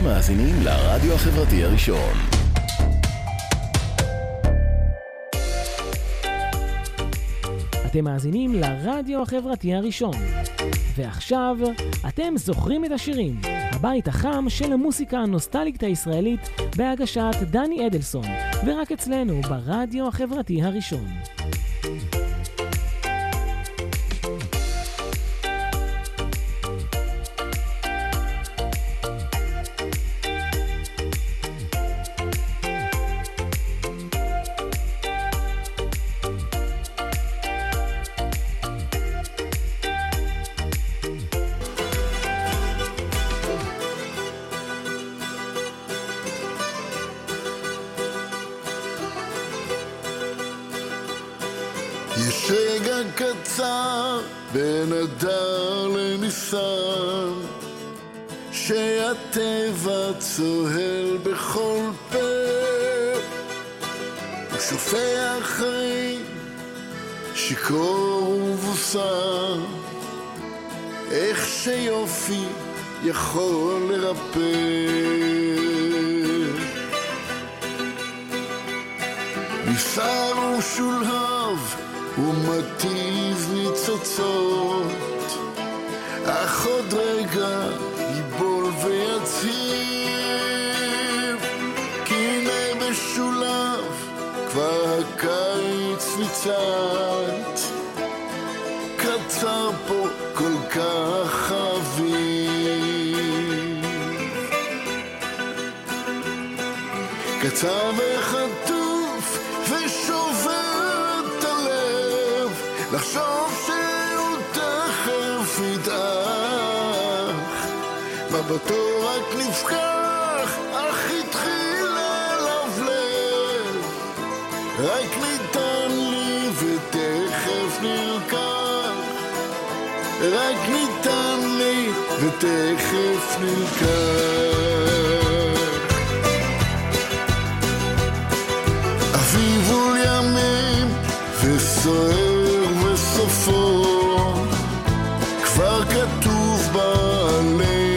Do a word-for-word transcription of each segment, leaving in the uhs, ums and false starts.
מאזינים לרדיו החברתי הראשון. אתם מאזינים לרדיו החברתי הראשון. ועכשיו, אתם זוכרים את השירים, הבית החם של המוסיקה הנוסטלגית הישראלית בהגשת דני אדלסון, ורק אצלנו ברדיו החברתי הראשון. יש רגע קצר בין אדר לניסן, שהטבע צוהל בכל פה, הוא שופע חיים שיכור ובוסר, איך שיופי יכול לרפא. ניסר ושולהב ומטיב ניצוצות, אך עוד רגע ייבול ויציב, כי הנה בשולב כבר הקיץ ניצת, קצר פה כל כך אביב, קצר וחטוף ושובר לחשוב שהוא תכף ידעך, מבטו רק נפקח, אך התחיל ללבלב, רק ניתן לי ותכף נלקח, רק ניתן לי ותכף נלקח. אביב ולימים וסוער כבר כתוב בעלי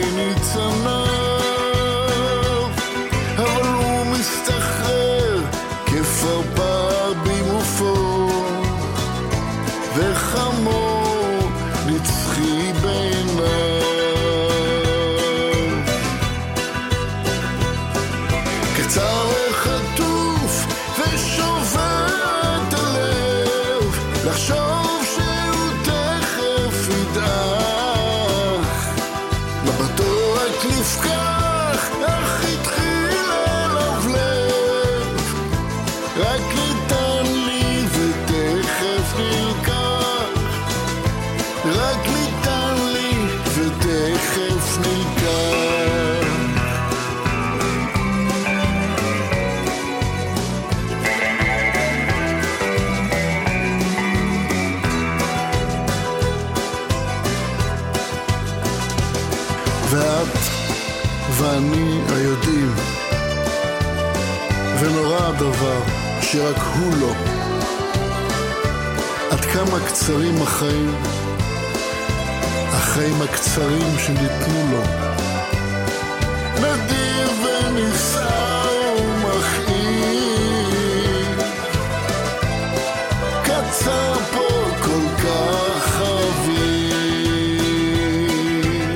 ניצניו, אבל הוא מסתחרר כפרפר במופו, וחמור נצחי בעיניו. קצר וחטוף ושובר את הלב, לחשוב נפקח, אך התחיל ללבלב, רק ניתן לי ותכף נלקח, רק ניתן לי ותכף נלקח. ואת ואני היודעים, ונורא הדבר שרק הוא לא, עד כמה קצרים החיים, החיים הקצרים שניתנו לו, נדיר וניסה ומכאיב, קצר פה כל כך אביב,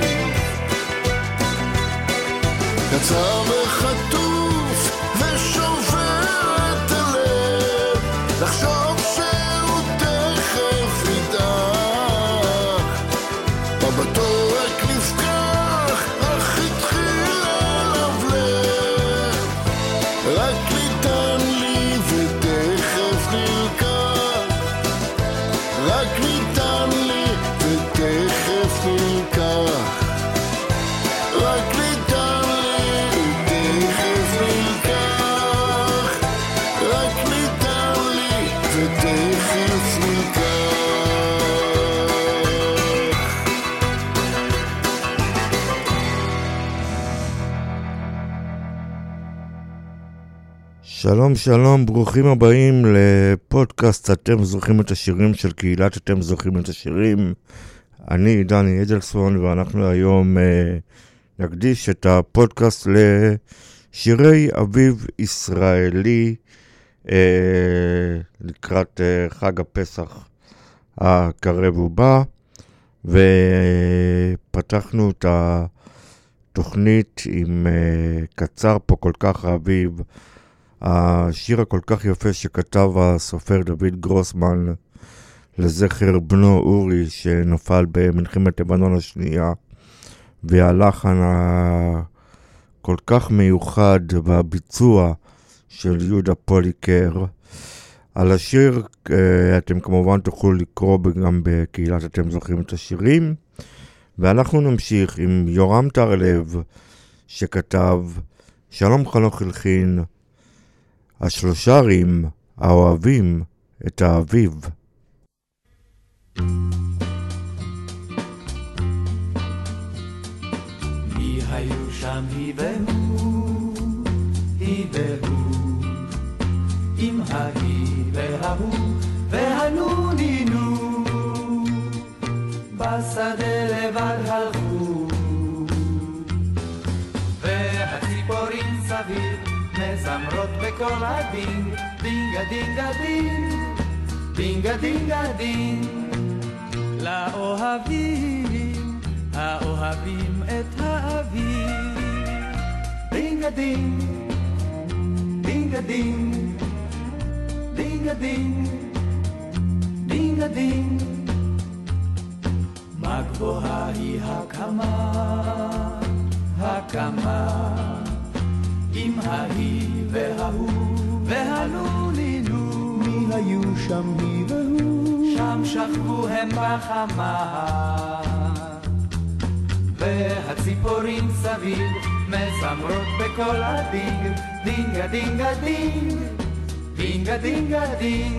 קצר וחטוף ושובר את הלב, לחשוב שהוא תכף ידעך, מבטו רק נפקח, אך התחיל ללבלב, רק ניתן לי ותכף נלקח, רק ניתן לי ותכף נלקח, רק ניתן לי שלום שלום, ברוכים הבאים לפודקאסט אתם זוכרים את השירים של קהילת אתם זוכרים את השירים. אני דני אדלסון, ואנחנו היום אה, נקדיש את הפודקאסט לשירי אביב ישראלי אה, לקראת אה, חג הפסח הקרב ובא, ופתחנו את התוכנית עם אה, קצר פה כל כך אביב, השיר הכל כך יפה שכתב הסופר דוד גרוסמן לזכר בנו אורי שנפל במלחמת לבנון השנייה, והלחן הכל כך מיוחד בביצוע של יהודה פוליקר. על השיר אתם כמובן תוכלו לקרוא גם בקהילת אתם זוכרים את השירים, ואנחנו נמשיך עם יורם טרלב שכתב שלום חנוך הלחין השלושרים האוהבים את האביב. מי היו שם היא והוא, היא והוא, עם ההיא וההוא והנונינו, בשדה לבד הלכו, והציפורים סביב מזמרות בכל הדינג, דינגה דינגה דינג, דינגה דינגה דינג. לאוהבים, האוהבים את האביב, דינגה דינג, דינגה דינג, דינגה דינג, דינגה דינג. מה גבוהה היא הקמה, הקמה, עם ההיא וההוא והנונינו. מי היו שם היא והוא, שם שכבו הם בחמה, והציפורים סביב מזמרות בכל הדינג, דינגה דינגה דינג, דינגה דינגה דינג.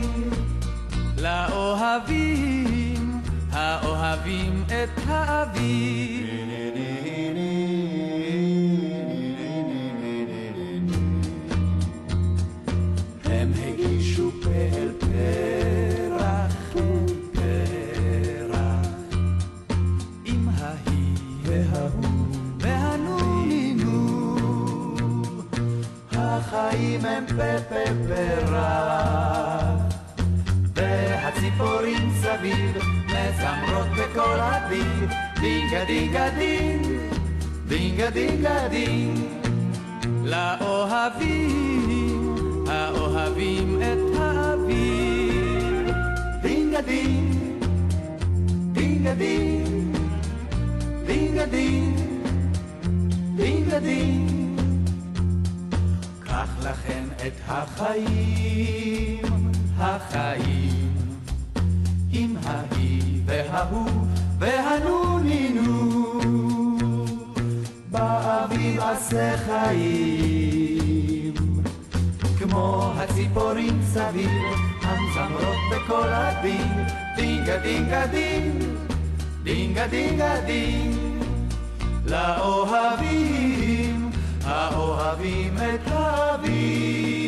לאוהבים, האוהבים את האביב, הם הגישו פל פרח, פרח, עם ההיא וההוא והנונינו, החיים הם פה פה פרח, והציפורים סביב מזמרות בכל הדינג, דינגה דינגה דינג, דינגה דינגה דינג. לאוהבים, האוהבים את האביב, דינגה דינג, דינגה דינג, דינגה דינג, דינגה דינג. קח לכן את החיים, החיים, עם ההיא וההוא והנונינו, באביב עשה חיים, כמו הציפורים סביב המזמרות בכל הדינג, דינגה דינגה דינג, דינגה דינגה דינג. לאוהבים, האוהבים את האביב.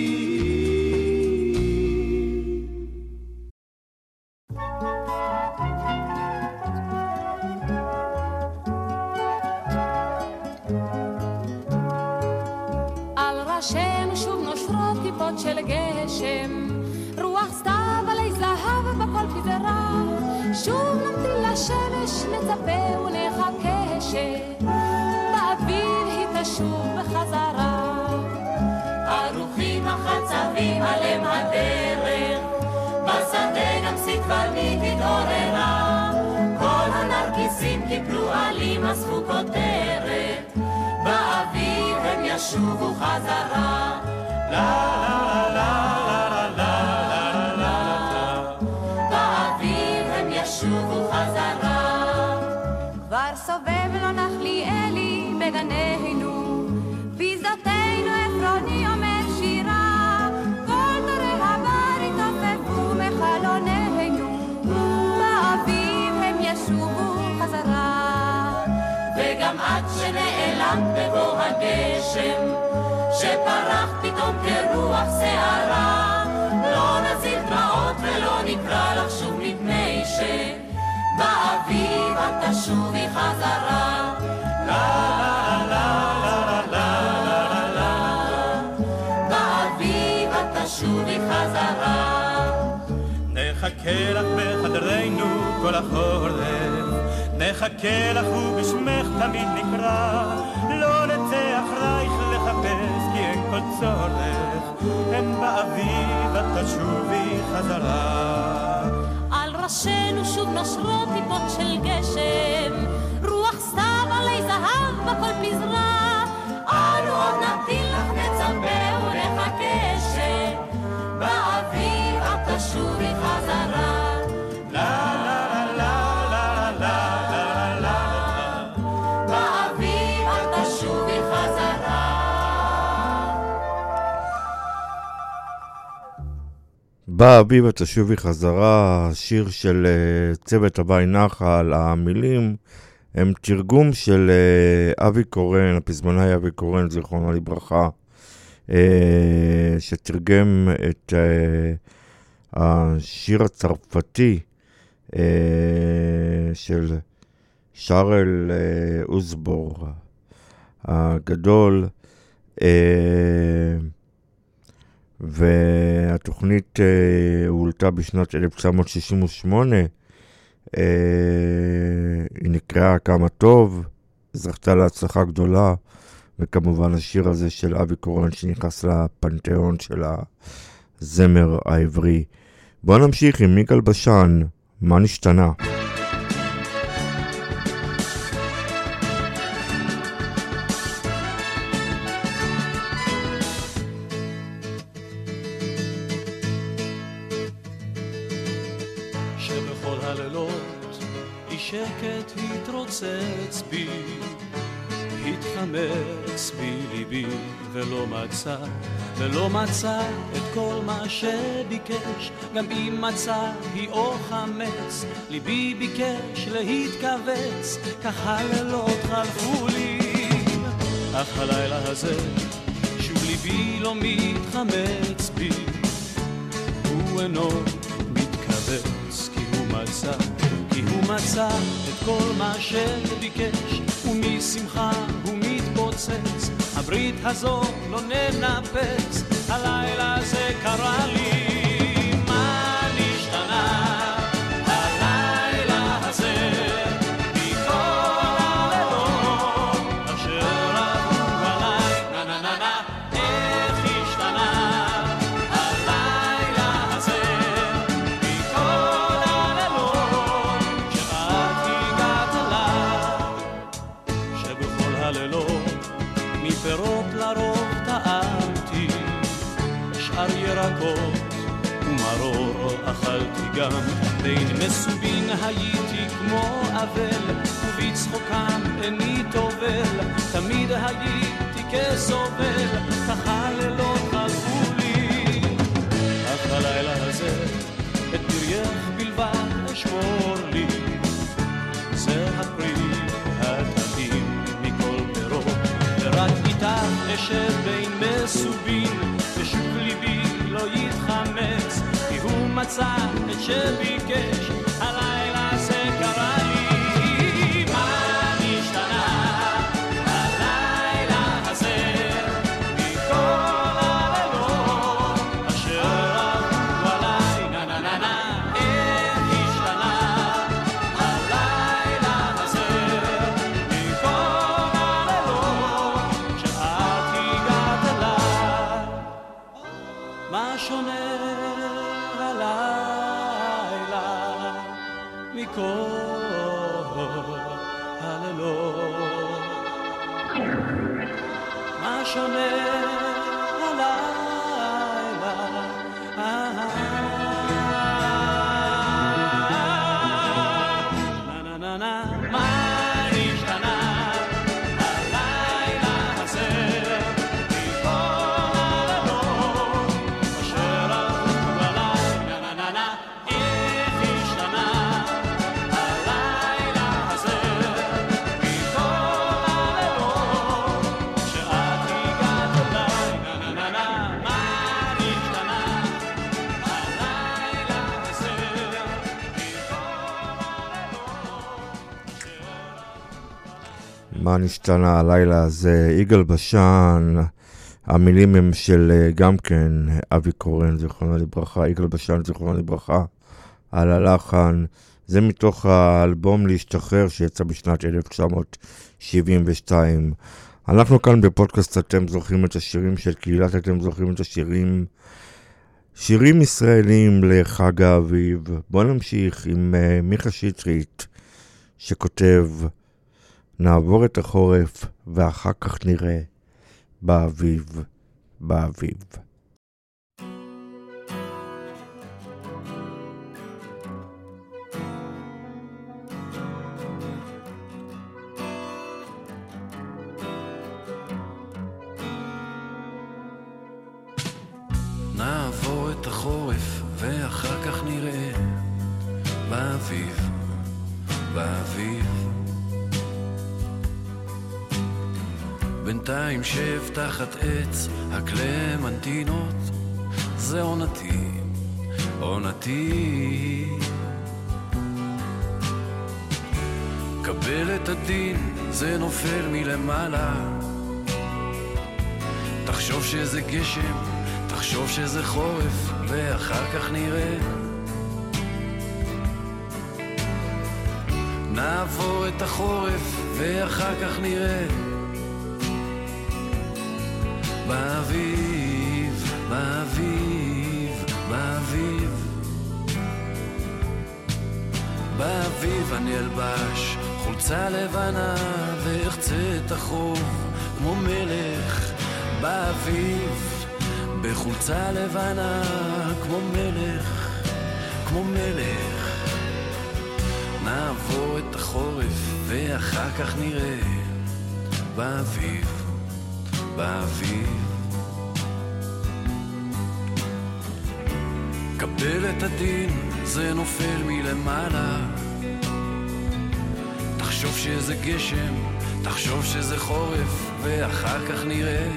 ראשינו שוב נושרות טיפות של גשם, רוח סתיו עלי זהב בכל פזרה, שוב נמתין לשמש, נצפה ונחכה שבאביב היא תשוב בחזרה. ערוכים החצבים עליהם הדרך, בשדה גם סתוונית התעוררה, כל הנרקיסים קיפלו עלים אספו כותרת, באביב הם ישובו חזרה. לה לה לה לה לה לה לה, באביב הם ישובו חזרה. כבר סובב לא נחלי אלי בגננו, בשדותינו עפרוני אומר שירה, כל דורי הבר התעופפו מחלוננו, באביב הם ישובו חזרה. וגם עד שנעלם בבוא הגשם, שפרח פתאום כרוח שערה, לא נזיל דמעות ולא נקרא לך שוב מפני שבאביב את תשובי חזרה. לה לך בחדרנו כל החורף, נחכה לך ובשמך תמיד נקרא, לא נצא אחרייך לחפש כי אין כל צורך, אין באביב את תשובי חזרה. על ראשנו שוב נושרות טיפות של גשם, רוח סתיו עלי זהב בכל פזרה, אנו עוד נמתין לך נצפה ונחכה שבאביב את תשובי חזרה. לה לה לה לה לה לה לה, באביב את תשובי חזרה. באביב את תשובי חזרה, שיר של uh, צוות הבית נחל. המילים הם תרגום של uh, אבי קורן, הפזמונאי אבי קורן, זיכרונו לברכה, uh, שתרגם את uh, השיר הצרפתי uh, של שרל uh, אוסבור הגדול, uh, והתוכנית uh, הולתה בשנת אלף תשע מאות שישים ושמונה, uh, היא נקראה כמה טוב, זכתה להצלחה גדולה, וכמובן השיר הזה של אבי קורן שנכנס לפנתיאון של הזמר העברי. בואו נמשיך עם יגאל בשן, מה נשתנה? שקט התרוצץ בי, התחמץ בי ליבי, ולא מצא, ולא מצא את כל מה שביקש. גם אם מצא היא או חמץ, ליבי ביקש להתכווץ, כך הלילות חלפו לי, אך הלילה הזה שוב ליבי לא מתחמץ בי, הוא אינו מתכווץ, כי הוא מצא, כי הוא מצא את כל מה שביקש, ומשמחה הוא מתפוצץ, הברית הזו לא ננפץ, הלילה הזה קרה לי, מה נשתנה הלילה הזה, מכל הלילות אשר עברו עליי, נה נה נה נה, איך השתנה הלילה הזה, מכל הלילות שאת הגעת אליי, שבכל הלילות מפירות לרוב טעמתי, שאר ירקות ומרור אכלתי גם, בין מסובין הייתי כמו אבל, ובצחוקם איני טובל, תמיד הייתי כסובל, כך הלילות חלפו לי, אך הלילה הזה את פרייך בלבד אשמור לי, זה הפרי הטעים מכל פירות, ורק איתך אשב בין מסובין, ושוב ליבי לא יתחמץ, כי הוא מצא את שביקש, הלילה זה קרה לי, מה נשתנה הלילה הזה, מכל הלילות אשר עברו עליי, נה נה נה נה, איך השתנה הלילה הזה, מכל הלילות שאת הגעת אליי, מה שונה הלילה מכל הלילות, מה שונה הלילה, נה נה נה נה, מה נשתנה הלילה הזה, מכל הלילות אשר עברו עליי, נה נה נה נה, איך השתנה הלילה הזה, מכל הלילות שאת הגעת אליי, נה נה נה נה, מה נשתנה הלילה הזה, מה נשתנה הלילה הזה, יגאל בשן. המילים הם של גם כן אבי קורן, זיכרונו לברכה, יגאל בשן, זיכרונו לברכה, על הלחן. זה מתוך האלבום להשתחרר שיצא בשנת אלף תשע מאות שבעים ושתיים. אנחנו כאן בפודקאסט אתם זוכרים את השירים של קהילת אתם זוכרים את השירים. שירים ישראלים לחג האביב. בואו נמשיך עם uh, מיכה שטרית שכותב נעבור את החורף ואחר כך נראה באביב, באביב. נעבור את החורף ואחר כך נראה באביב, באביב. בינתיים שב תחת עץ הקלמנטינות, זה עונתי, עונתי. קבל את הדין, זה נופל מלמעלה. תחשוב שזה גשם, תחשוב שזה חורף, ואחר כך נראה. נעבור את החורף, ואחר כך נראה. באביב, באביב, באביב. באביב אני אלבש חולצה לבנה, ואחצה את החור כמו מלך. באביב בחולצה לבנה כמו מלך, כמו מלך. נעבור את החורף ואחר כך נראה באביב, באביב. קבל את הדין, זה נופל מלמעלה. תחשוב שזה גשם, תחשוב שזה חורף, ואחר כך נראה.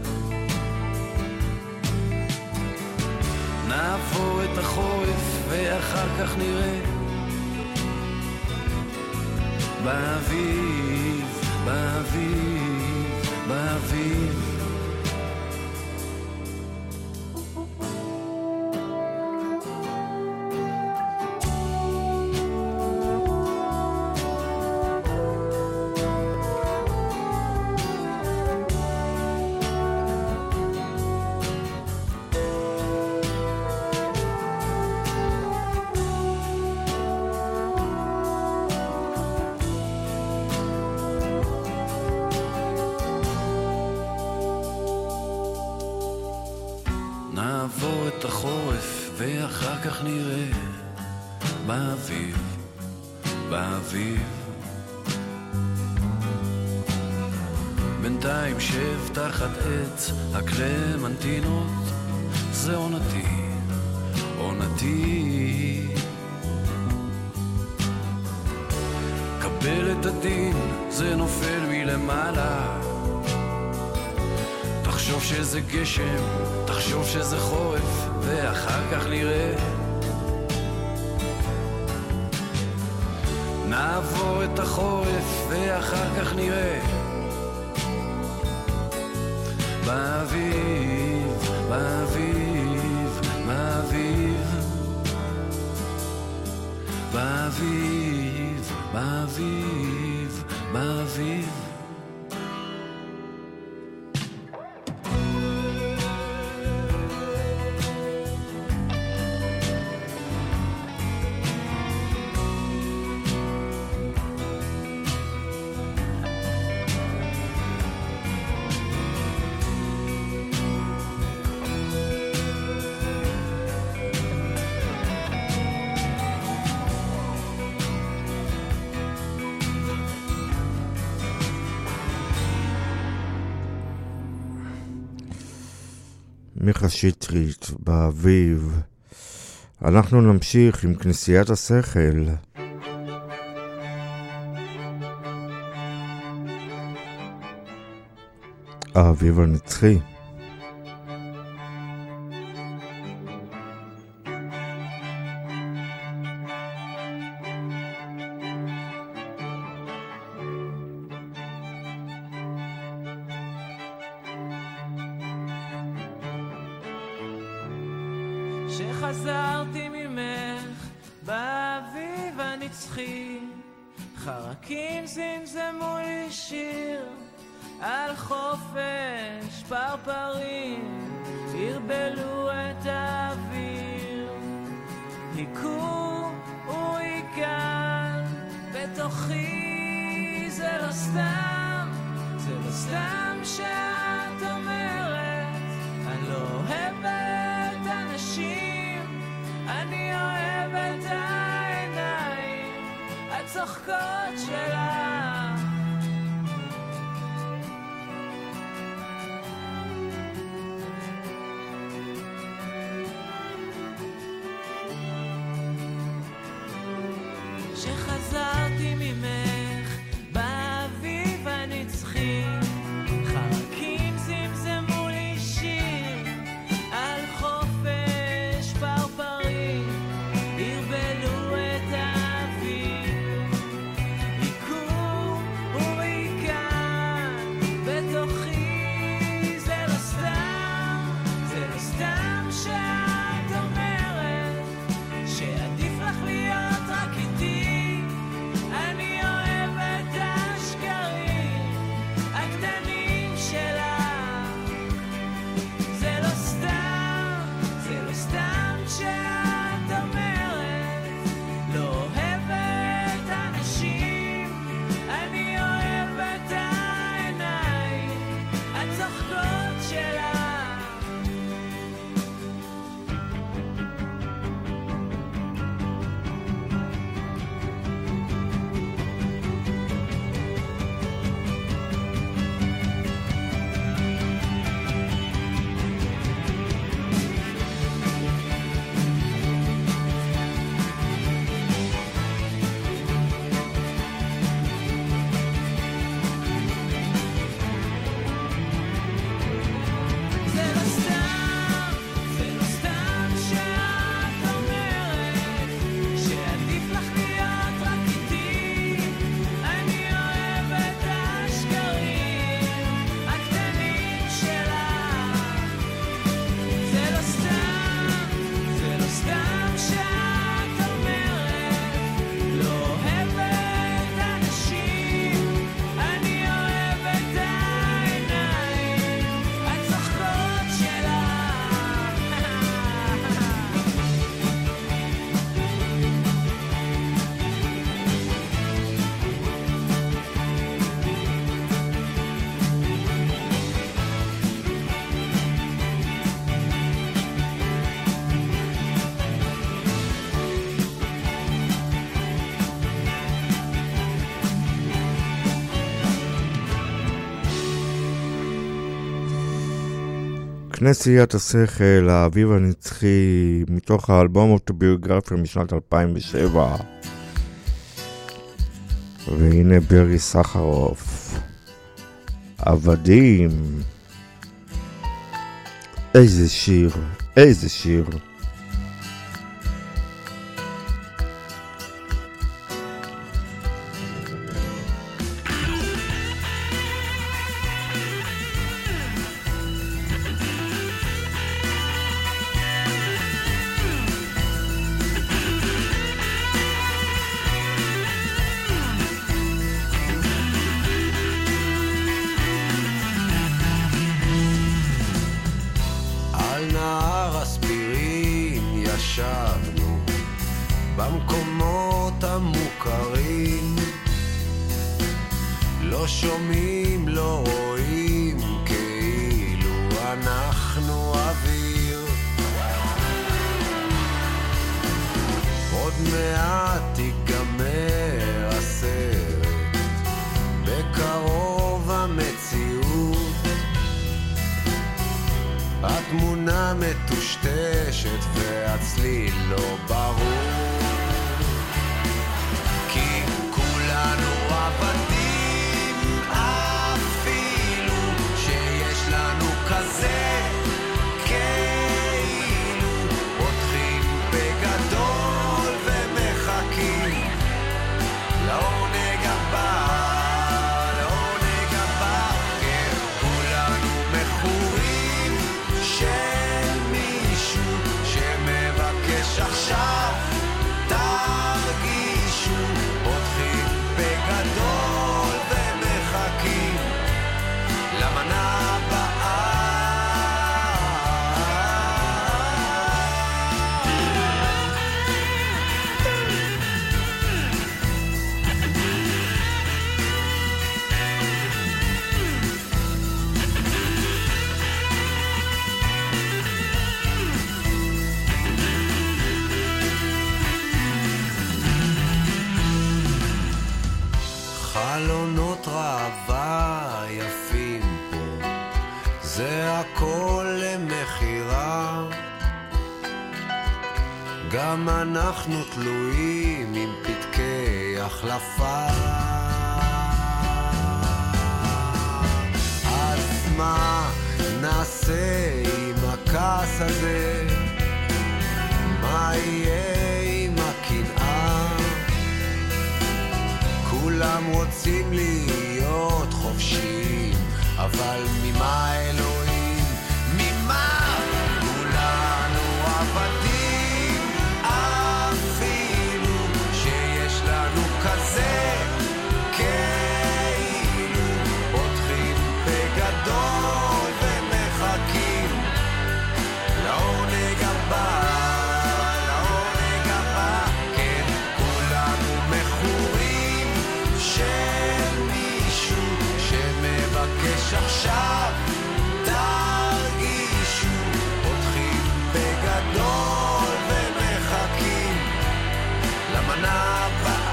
נעבור את החורף ואחר כך נראה באביב, באביב, באביב. נעבור את החורף ואחר כך נראה באביב, באביב. בינתיים שב תחת עץ הקלמנטינות, זה עונתי, עונתי. קבל את הדין, זה נופל מלמעלה. תחשוב שזה גשם, תחשוב שזה חורף, ואחר כך נראה. נעבור את החורף ואחר כך נראה באביב, באביב, באביב. באביב, באביב, באביב. מיכה שטרית באביב. אנחנו נמשיך עם כנסיית השכל. האביב הנצחי. שחזרתי ממך הנצחי, חרקים זמזמו לי שיר על חופש, פרפרים הרבלו את האוויר, היכו ויקן בתוכי. זה לא סתם, זה לא סתם שאת אומרת אני לא אוהבת אנשים, אני אוהבת העיניים הצוחקות שלה. שחזרתי ממך באביב הנצחי, חרקים זמזמו לי שיר על חופש, פרפרים הרבלו את האוויר, היכו ויקן בתוכי. זה לא סתם, זה לא סתם שאת אומרת שעדיף לך להיות רק איתי. אני אוהבת השקרים הקטנים שלך. זה לא סתם, זה לא סתם שאת אומרת לא אוהבת אנשים, אני אוהבת העיניים הצוחקות שלך. כנסיית השכל, האביב הנצחי, מתוך האלבום אוטוביוגרפיה משנת אלפיים ושבע. והנה ברי סחרוף, עבדים. איזה שיר, איזה שיר. במקומות המוכרים, לא שומעים, לא רואים, כאילו אנחנו אוויר. עוד מעט ייגמר הסרט, בקרוב המציאות, התמונה מטושטשת והצליל לא ברור, כי כולנו עבדים, אפילו שיש לנו כזה כאילו, פותחים בגדול ומחכים לעונג הבא, לעונג הבא. כן, כולנו מכורים של מישהו שמבקש עכשיו זה הכל למחירה, גם אנחנו תלויים עם פתקי החלפה. אז מה נעשה עם הכעס הזה? מה יהיה עם הקנאה? כולם רוצים להיות חופשיים, אבל ממה אלוהים? ממה? כולנו עבדים, אפילו שיש לנו כזה כאילו פותחים בגדול ומחכים לעונג הבא, לעונג הבא. כן, כולנו מכורים של מישהו שמבקש עכשיו, תרגישו, פותחים בגדול ומחכים למנה הבאה.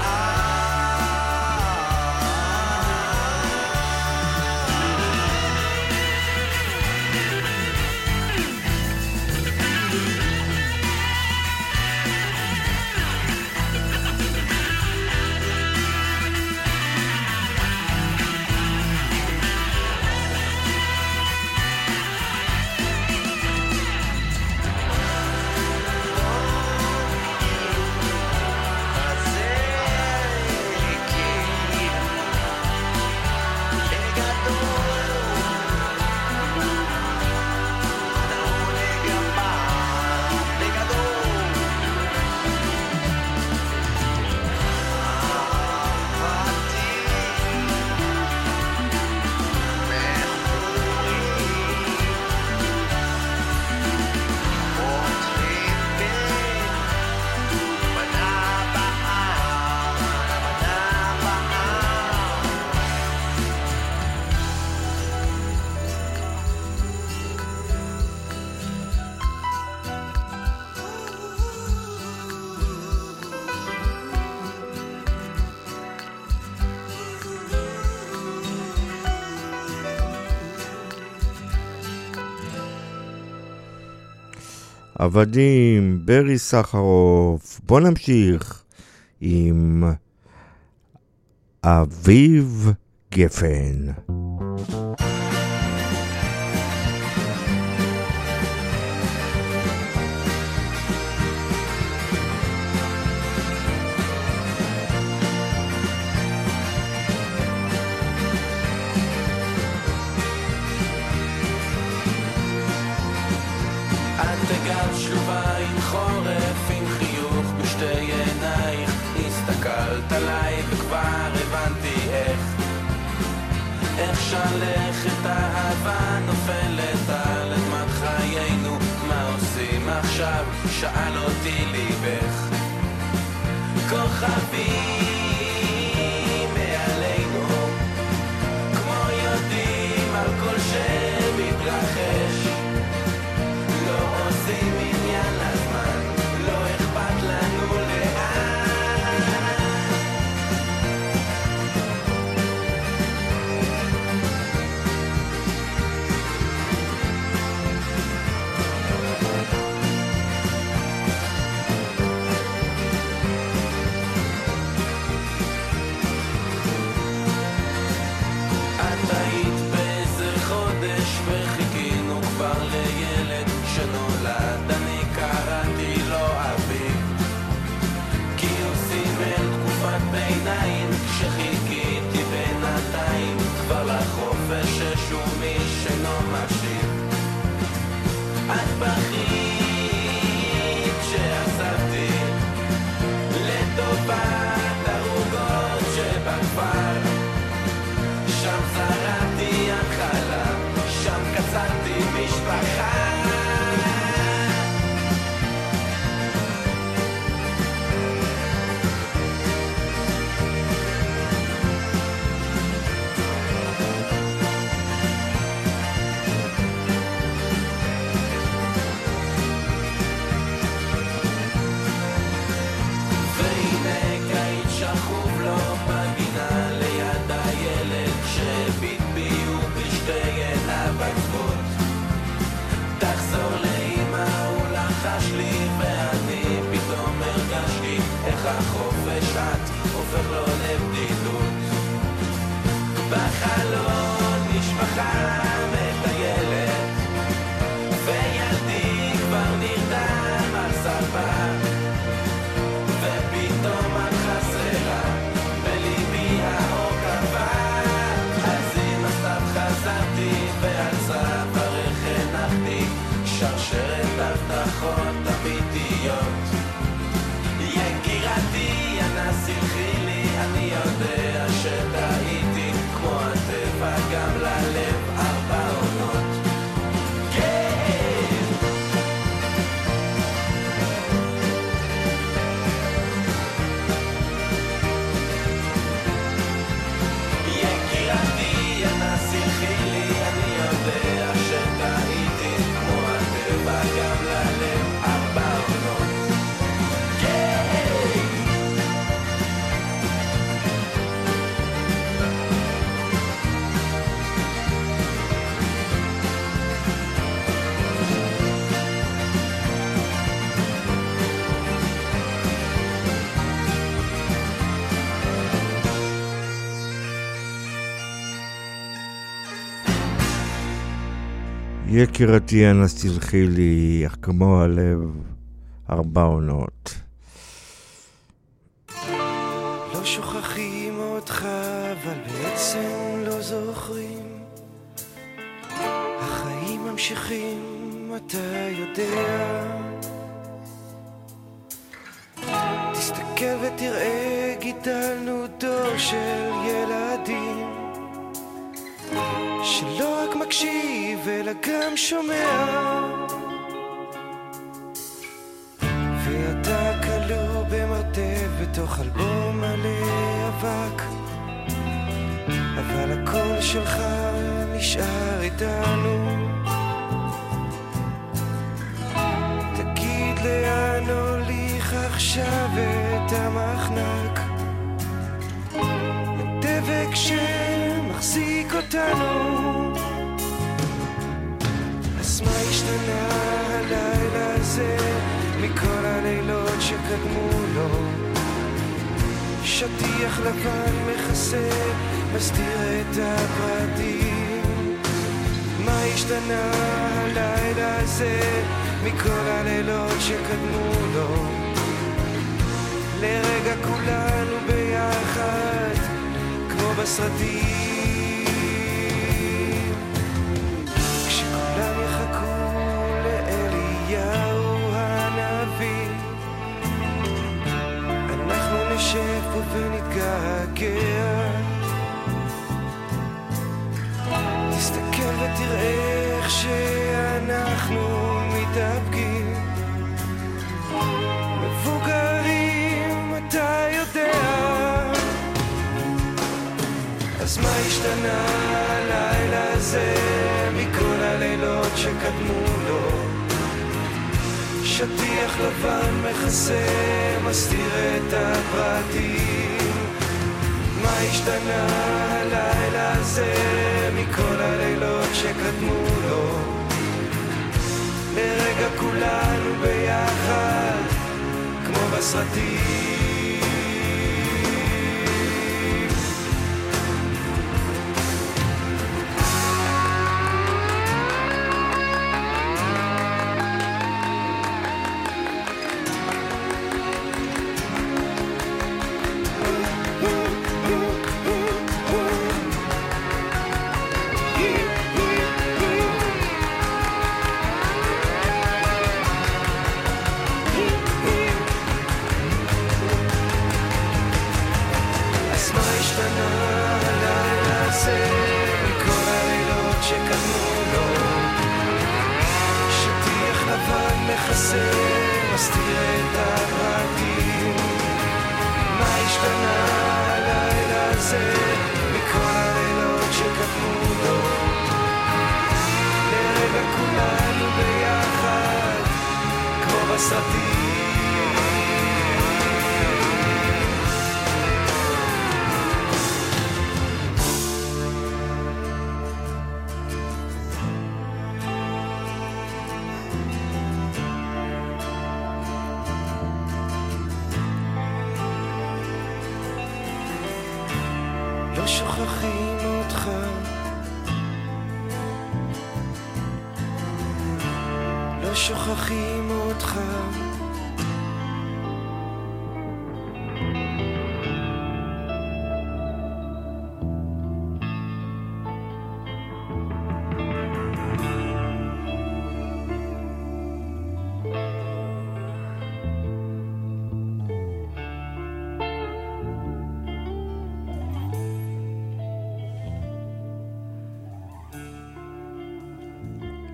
עבדים, ברי סחרוף. בוא נמשיך עם אביב גפן. שלובה עם חורף, עם חיוך בשתי עינייך, הסתכלת עליי וכבר הבנתי איך איך שלכת אהבה נופלת על אדמת חיינו. מה עושים עכשיו? שאל אותי ליבך. כוכבים מעלינו כמו יודעים על כל שמתרחש, לא עושים עניין לזמן, לא אכפת לנו לאן. את היית באיזה חודש וחיכינו כבר לילד שנולד, אני קראתי לו אביב, כי הוא סימל תקופת ביניים, כשחיכיתי בינתיים כבר לחופש ששום איש אינו מקשיב. את בכית שעזבתי לטובת הרוגות שבכפר, שם זרעתי התחלה, שם קצרתי משפחה. והנה קיץ שכוב לו בגינה ליד הילד שביט בי גם ללב ארבע עונות. כן, יקירתי אנא סלחי לי, אני יודע שטעיתי, כמו הטבע גם ללב ארבע עונות. יקירתי אנא סלחי לי, אך כמו הלב ארבע עונות. לא שוכחים אותך, אבל בעצם לא זוכרים. החיים ממשיכים, אתה יודע. תסתכל ותראה, גידלנו דור של ילדים שלא רק מקשיב אלא גם שומע, ואתה כלוא במרתף בתוך אלבום מלא אבק, אבל הקול שלך נשאר איתנו. תגיד לאן הוליך עכשיו את המחנק, הדבק שמחזיק אותנו. אז מה השתנה הלילה הזה מכל הלילות שקדמו לו? שטיח לבן מכסה, מסתיר את הפרטים. מה השתנה הלילה הזה מכל הלילות שקדמו לו? לרגע כולנו ביחד כמו בסרטים, כשכולם יחכו לאליהו הנביא, אנחנו נשב פה ונתגעגע. תסתכל ותראה איך שאנחנו מתאפקים, מבוגרים אתה יודע. אז מה השתנה הלילה הזה מכל הלילות שקדמו לו? שטיח לבן מכסה, מסתיר את הפרטים. מה השתנה הלילה הזה מכל הלילות שקדמו לו? לרגע כולנו ביחד כמו בסרטים. שוכחים אותך.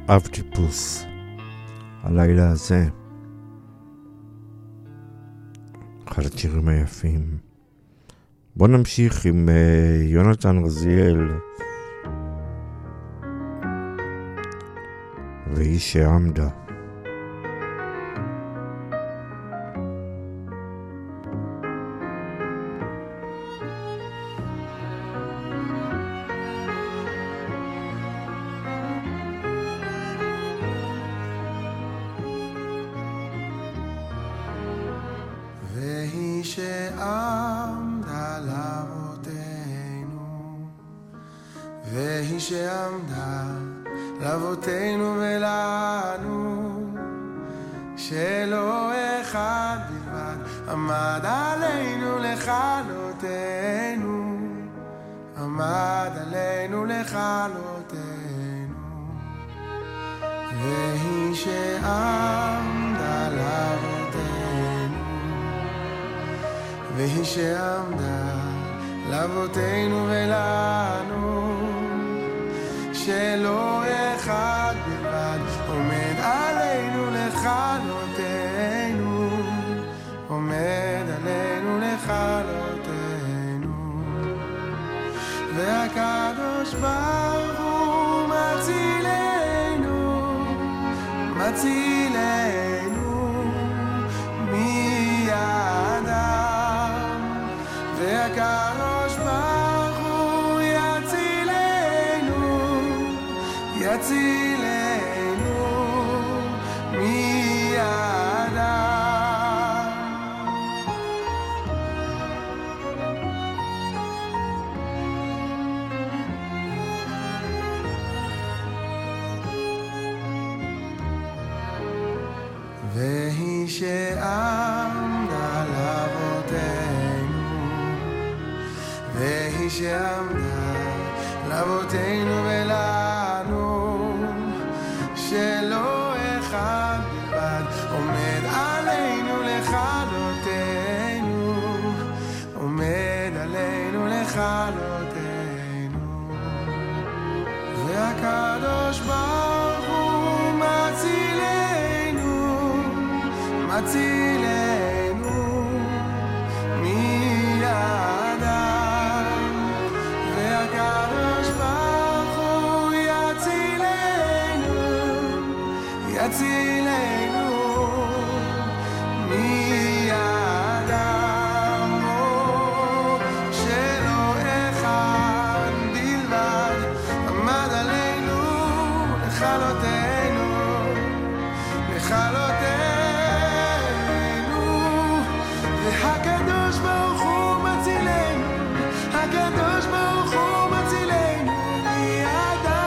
אב טיפוס הלילה הזה, אחד השירים היפים. בוא נמשיך עם uh, יונתן רזיאל והיא שעמדה. שעמדה לאבותינו ולנו, שלא אחד בלבד עמד עלינו לכלותנו, עמד עלינו לכלותנו. והיא שעמדה לאבותינו, והיא שעמדה לאבותינו ולנו, שלא אחד בלבד עומד עלינו לכלותנו, עומד עלינו לכלותנו. והקדוש ברוך הוא מצילנו, מצילנו מידם. והקדוש ברוך הוא יצילנו, יצילנו מידם. והיא שעמדה לאבותינו, והיא שעמדה לאבותינו ולנו, שלא אחד בלבד עומד עלינו לכלותנו, עומד עלינו לכלותנו. והקדוש ברוך הוא מצילנו, מצילנו מידם. והקדוש ברוך הוא יצילנו, יצילנו מידם. שלא אחד בלבד עמד עלינו לכלותנו, לכלותנו. והקדוש ברוך הוא מצילנו, הקדוש ברוך הוא מצילנו מידם.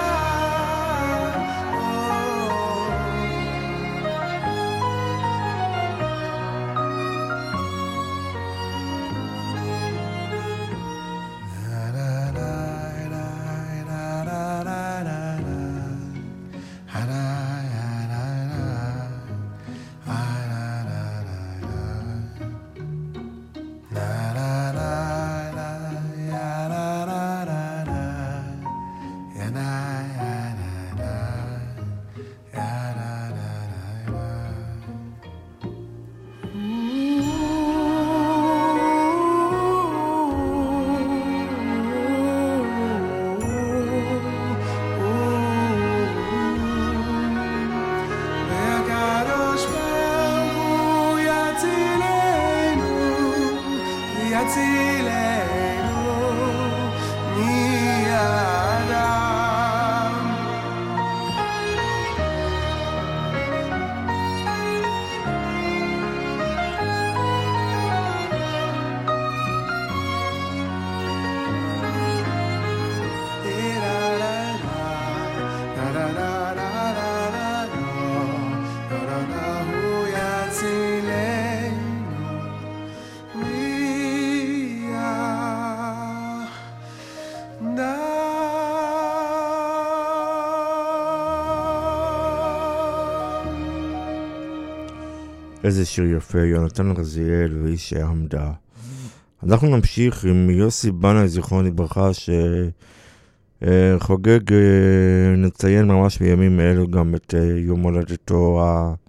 איזה שיר יפה, יונתן רזיאל והיא שעמדה. אנחנו נמשיך עם יוסי בנה, זיכרונו לברכה, חוגג, נציין ממש בימים אלו גם את יום הולדתו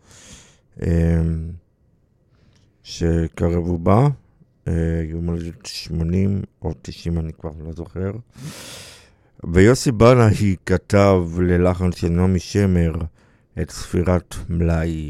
שקרב ובא, יום הולדת שמונים או תשעים, אני כבר לא זוכר. ויוסי בנאי כתב ללחן של נעמי שמר את ספירת מלאי.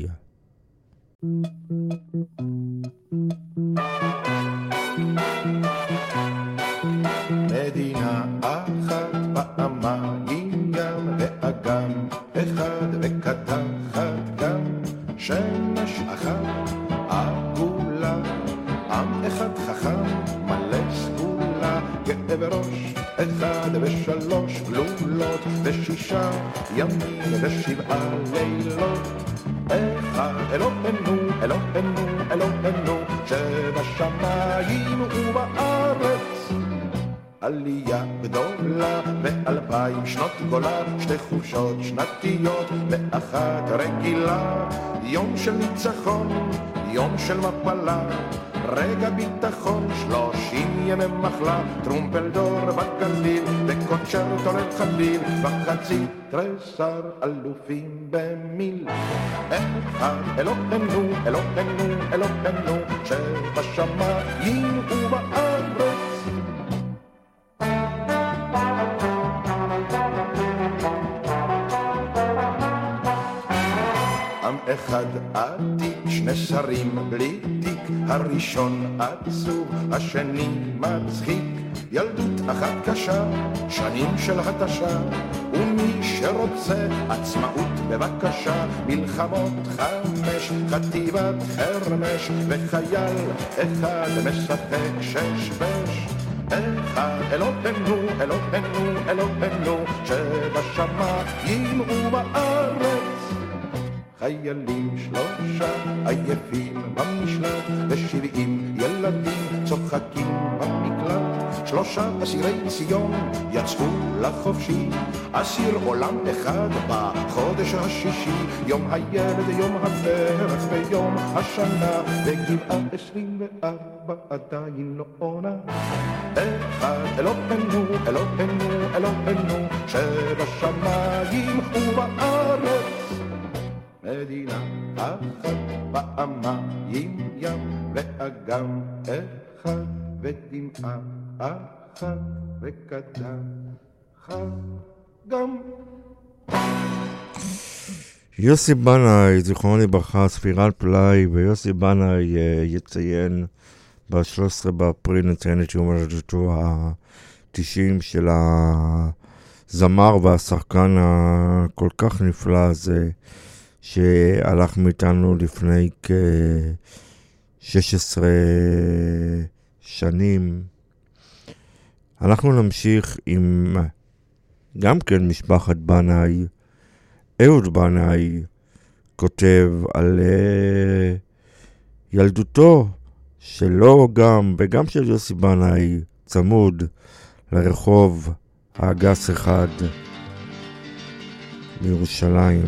מדינה אחת פעמיים ים ואגם אחד וקדחת גם שמש אחת עגולה עם אחד חכם מלא סגולה גאה בראש אחד ושלוש גלולות ושישה ימים ושבעה לילות אחד אלוהינו אלוהינו אלוהינו שבשמיים ובארץ עלייה גדולה ואלפיים שנות גולה שתי חופשות שנתיות ואחת רגילה יום של ניצחון יום של מפלה רגע ביטחון שלושים ימי מחלה טרומפלדור בגליל וקונצ'רטו לחליל וחצי תריסר אלופים במיל אחד אלוהינו אלוהינו אלוהינו שבשמיים ובארץ אחד עתיק, שני שרים בלי תיק, הראשון עצוב, השני מצחיק, ילדות אחת קשה, שנים של התשה, ומי שרוצה עצמאות בבקשה, מלחמות חמש, חטיבת חרמש, וחייל אחד משחק שש בש. אחד אלוהינו, אלוהינו, אלוהינו, שבשמיים ובארץ חיילים שלושה עייפים במשלט ושבעים ילדים צוחקים במקלט שלושה אסירי ציון יצאו לחופשי אסיר עולם אחד בחודש השישי יום הילד, יום הפרח ויום השנה בגבעה עשרים וארבע עדיין לא עונה אחד אלוהינו, אלוהינו, אלוהינו שבשמיים ובארץ מדינה אחת פעמיים ים ואגם אחד ודמעה אחת וקדחת גם. יוסי בנאי, זיכרונו לברכה, ספירת פלאי, ויוסי בנאי יציין ב-שלושה עשר באפריל, נציין את יום הולדתו ה-תשעים של הזמר והשחקן הכל כך נפלא הזה, שהלך מאיתנו לפני כ-שש עשרה שנים. אנחנו נמשיך עם גם כן משפחת בנאי. אהוד בנאי כותב על ילדותו שלו גם, וגם של יוסי בנאי, צמוד לרחוב האגס אחד בירושלים.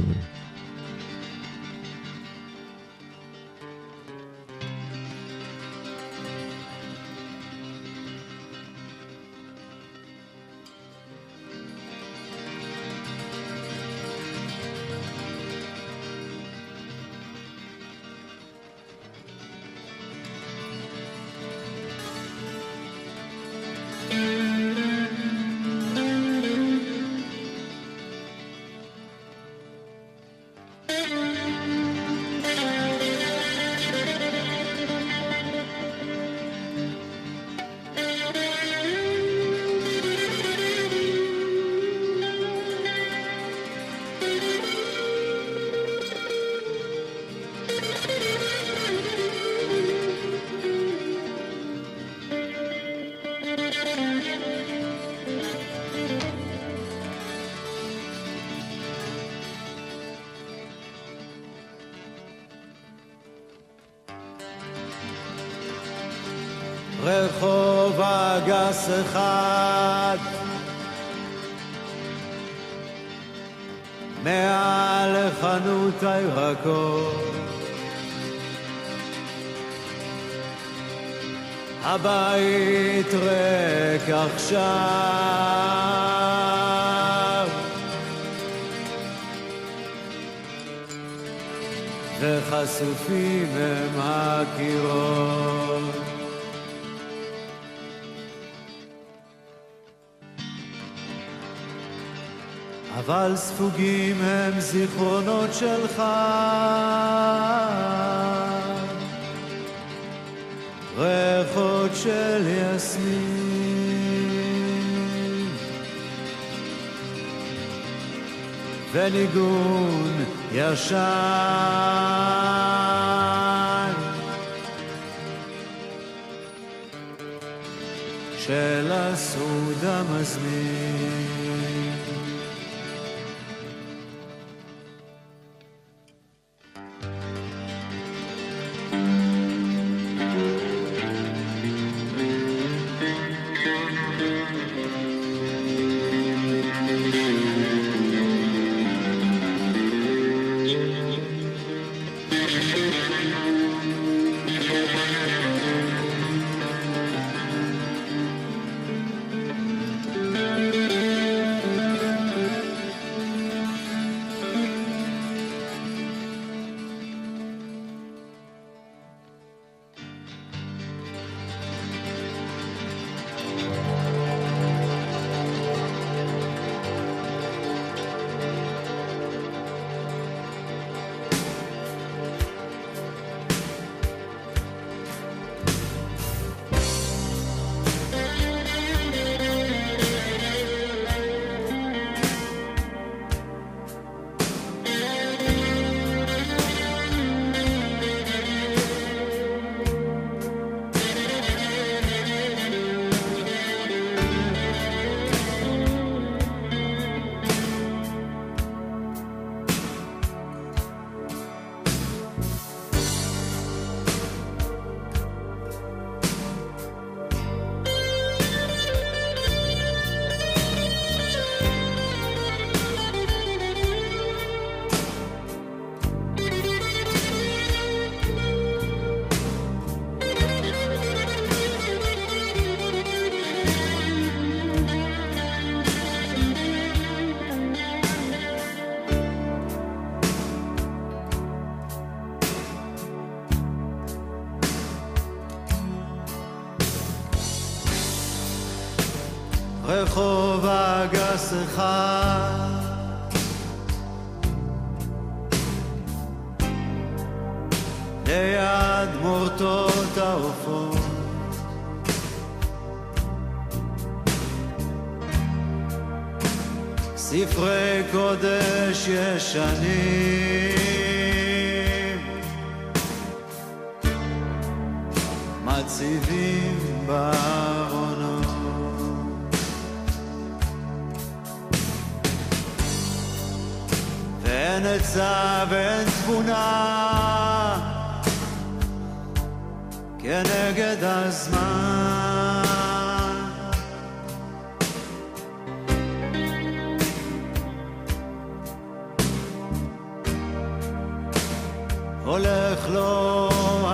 רחוב אגס אחד מעל חנות הירקות הבית ריק עכשיו וחשופים הם הקירות. אבל ספוגים הם זיכרונות שלך, ריחות של יסמין וניגון ישן של הסעוד המזמין. רחוב הגס אחד ליד מורטות העופות ספרי קודש ישנים מציבים בארונות ואין עצה ואין תבונה כנגד הזמן הולך לו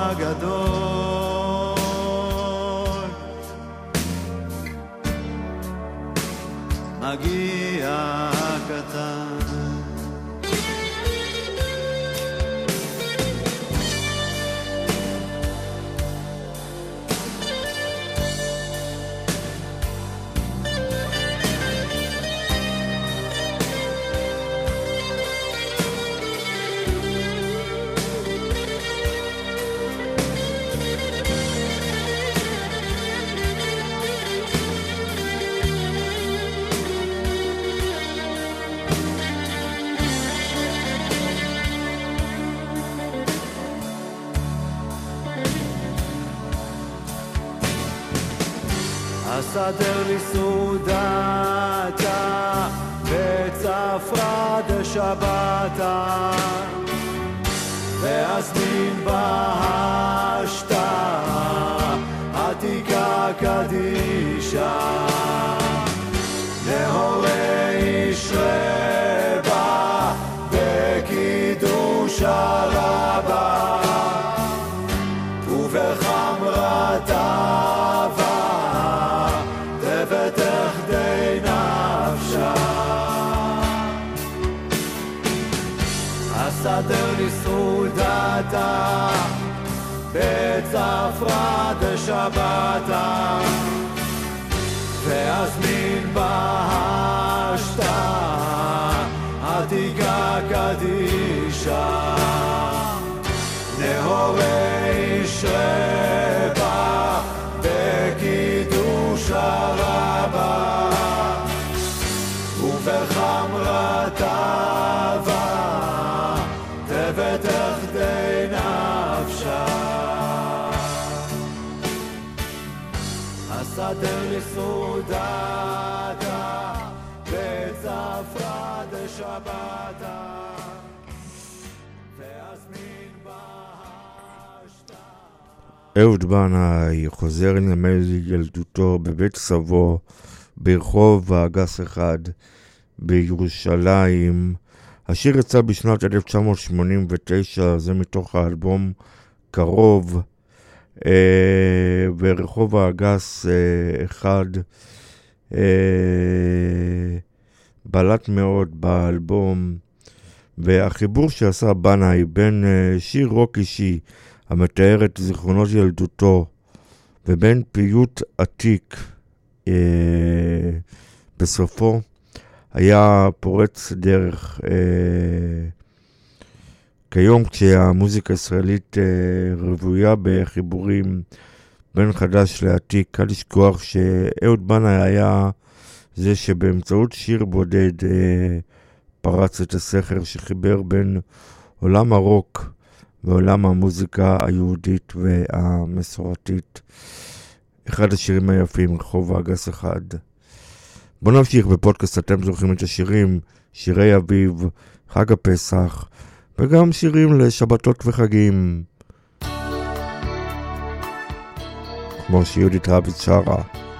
הגדול מגיע הקטן סדר לי סעודתה וצפרה דשבתה ואזמין בהשתה עתיקה קדישה להורי איש רבה בקידוש הרבה ובחמרתה ותחדי נפשה הסדר לי סעודה שבתה בצפרא דשבתה ואזמין בהשתה עתיקה קדישה נהורי שרבה בקידוש הרבה ובחמרת אהבה תבטח די נפשה הסדר לי סעודתה בצפרא דשבתה ואזמין בהשתה. אהוד בנאי חוזר לנמל ילדותו בבית סבו ברחוב האגס אחד בירושלים. השיר יצא בשנת אלף תשע מאות שמונים ותשע, זה מתוך האלבום קרוב, אה, ורחוב האגס אה, אחד אה, בלט מאוד באלבום, והחיבור שעשה בנאי בין אה, שיר רוק אישי המתאר את זיכרונות ילדותו ובין פיוט עתיק אה, בסופו היה פורץ דרך. אה, כיום כשהמוזיקה הישראלית אה, רבויה בחיבורים בין חדש לעתיק, קל לשכוח שאהוד בנאי היה זה שבאמצעות שיר בודד אה, פרץ את הסכר שחיבר בין עולם הרוק ועולם המוזיקה היהודית והמסורתית. אחד השירים היפים, רחוב האגס אחד. בואו נמשיך בפודקאסט, אתם זוכרים את השירים, שירי אביב, חג הפסח, וגם שירים לשבתות וחגים. כמו שיהודית רביץ שרה.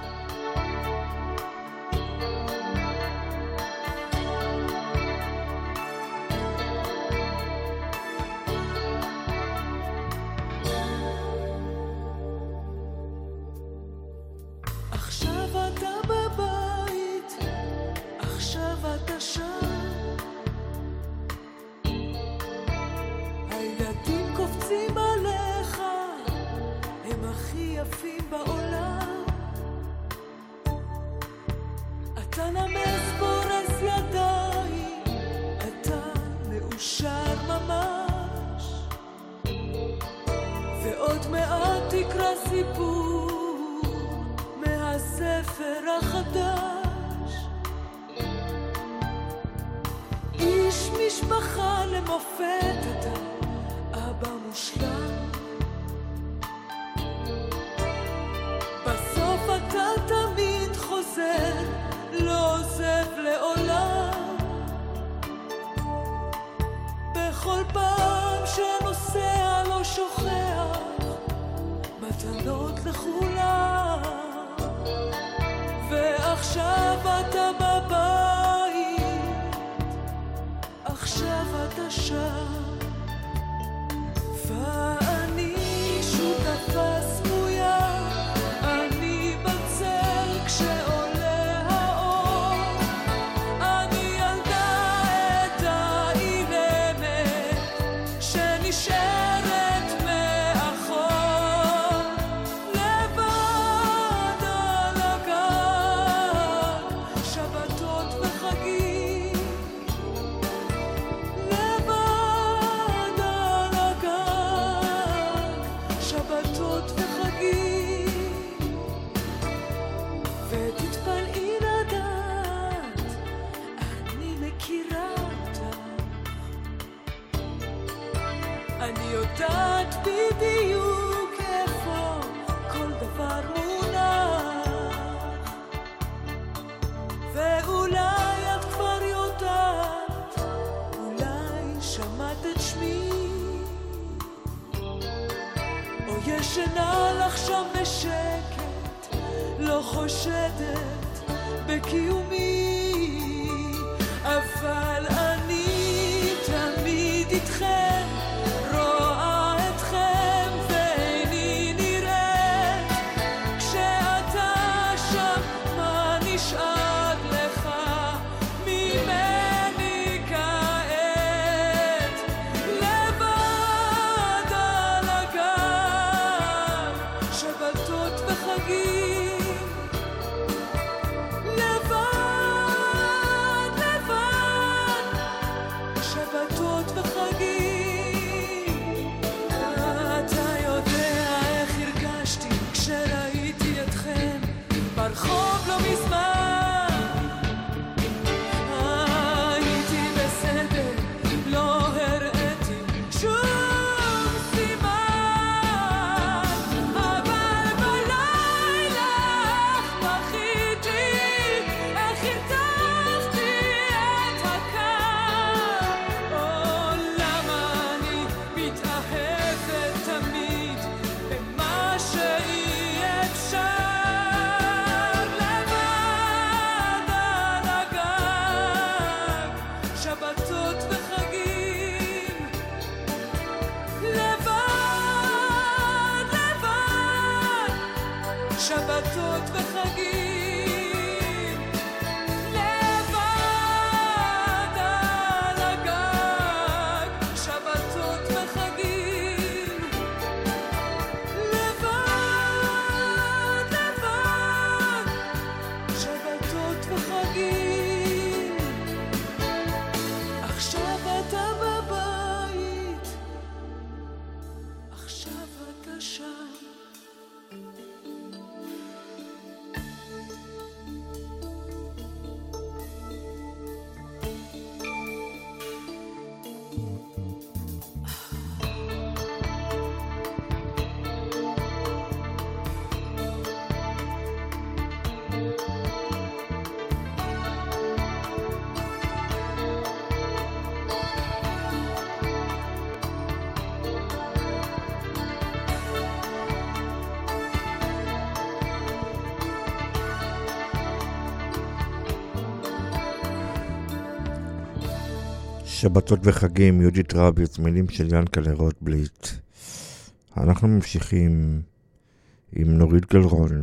ישנה לך שם בשקט, לא חושדת בקיומי, אבל אני תמיד איתכם, רואה אתכם ואיני נראית, כשאתה שם מה נשאר לך ממני כעת, לבד שבתות וחגים, יהודית רביץ, מילים של ינקלה רוטבליט. אנחנו ממשיכים עם נורית גלרון.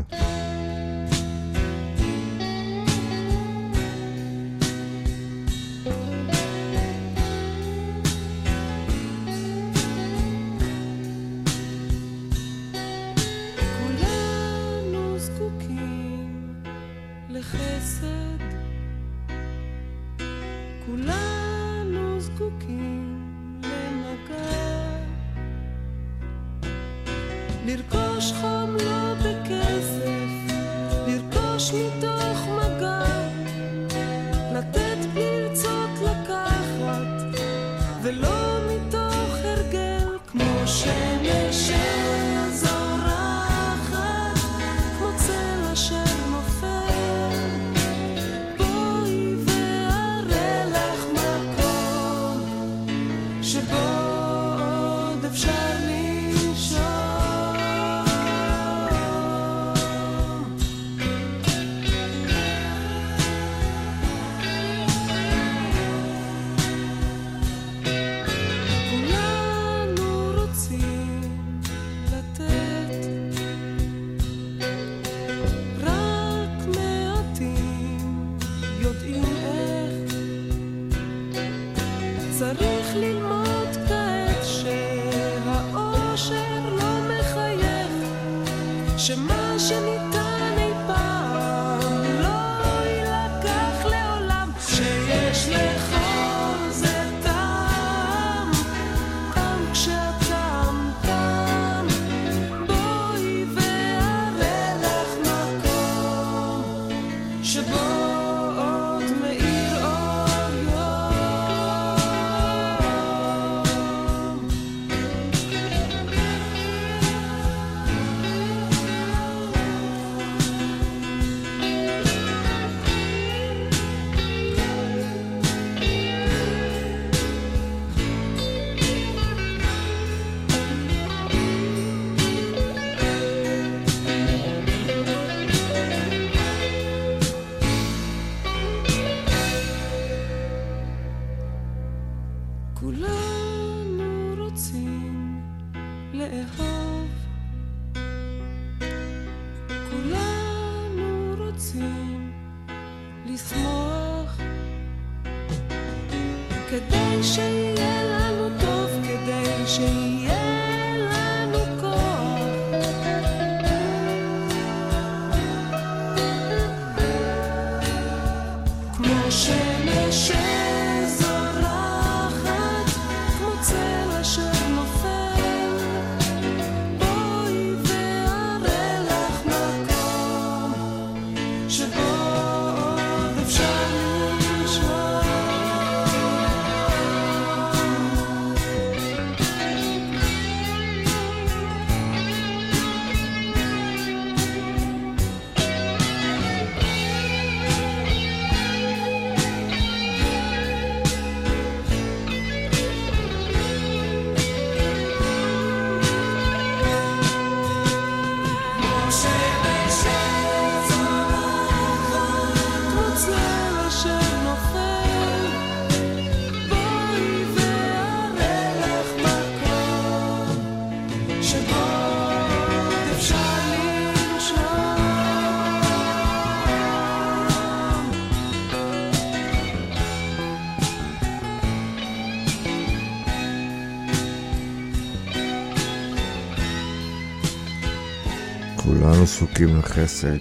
כולנו סוקים לחסד.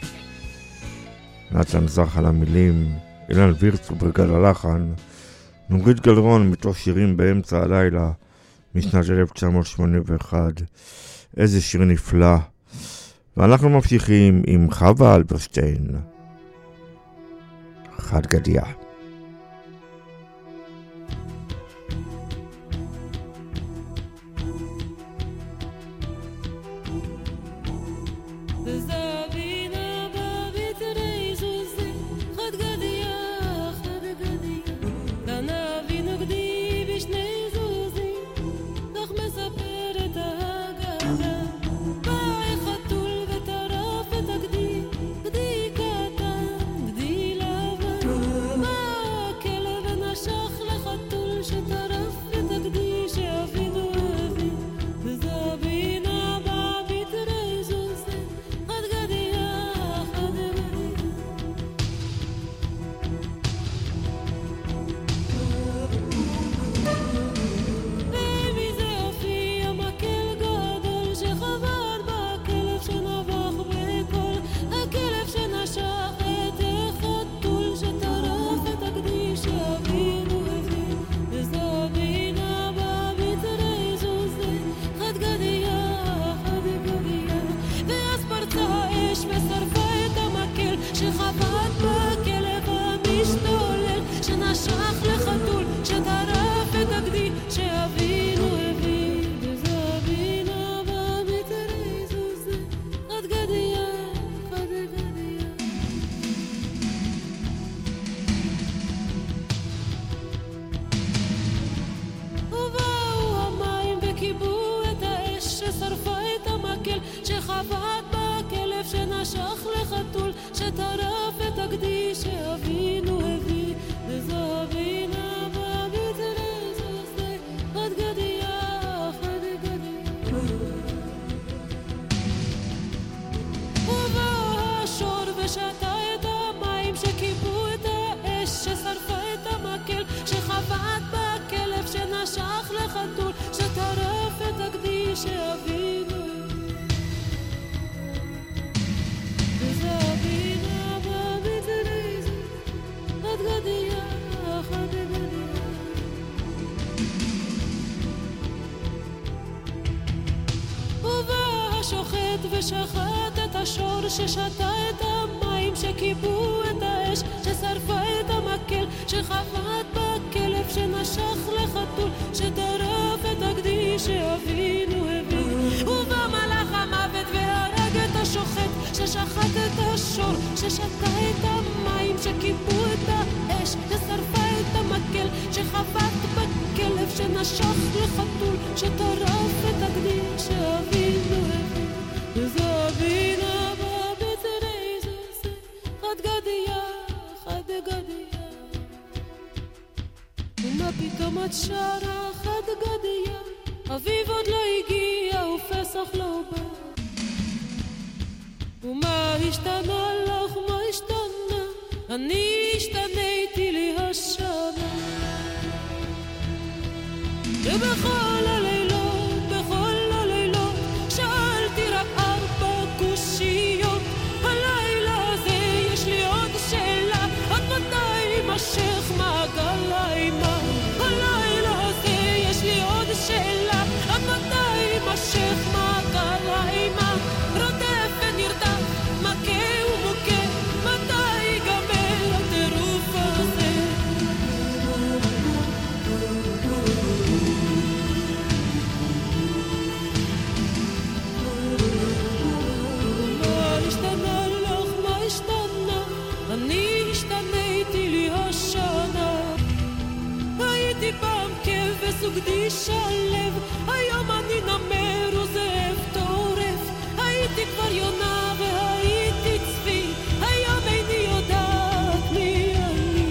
נתן זך על המילים, אילן וירצברג על הלחן, נורית גלרון מתוך שירים באמצע הלילה משנת אלף תשע מאות שמונים ואחת. איזה שיר נפלא. ואנחנו ממשיכים עם חווה אלברשטיין, חד גדיה. Bye. שנשך לחתול שטרף את הגדי שאבינו הביא בזבינה במתרי זוזה חד גדיה חד גדיה ובאו המים וכיבו את האש ששרפה את המקל שחבט בכלב שנשך לחתול שטרף את הגדי שאבינו הביא בזבינה במתרי זוזה חד גדיה חד גדיה ובא השור ושתה את המים שכיבו את האש ששרפה את המקל שחבט בכלב שנשך לחתול שטרף את הגדי שאבינו בזבינה במתרי זוזה חד גדיה חד גדיה ובא השוחט ושחט את השור ששתה את המים שכיבו את האש ששרפה את המקל שחבט בכלב שנשך לחתול שטרף את הגדי שאבינו הביא ובא מלאך המוות והרג את השוחט ששחט את השור ששתה את המים שכיבו את האש ששרפה את המקל שחבט בכלב שנשך לחתול שטרף את הגדי שאבינו הביא בזבינה במתרי זוזה חד גדיה חד גדיה ומה פתאום את שרה חד גדיה אביב עוד לא הגיע ופסח לא בא ומה השתנה לך מה השתנה אני השתניתי לי השנה ובכל הלילות בכל הלילות שאלתי רק ארבע קושיות הלילה הזה יש לי עוד שאלה עד מתי יימשך מעגל האימה הלילה הזה יש לי עוד שאלה עד מתי יימשך מעגל האימה רודף ונרדף מכה ומוכה מתי ייגמר הטירוף הזה מה השתנה לך מה השתנה אני השתניתי לי השנה הייתי פעם כבש וגדי שלב היום אני נמר וזאב טורף הייתי כבר יונה והייתי צבי היום איני יודעת מי אני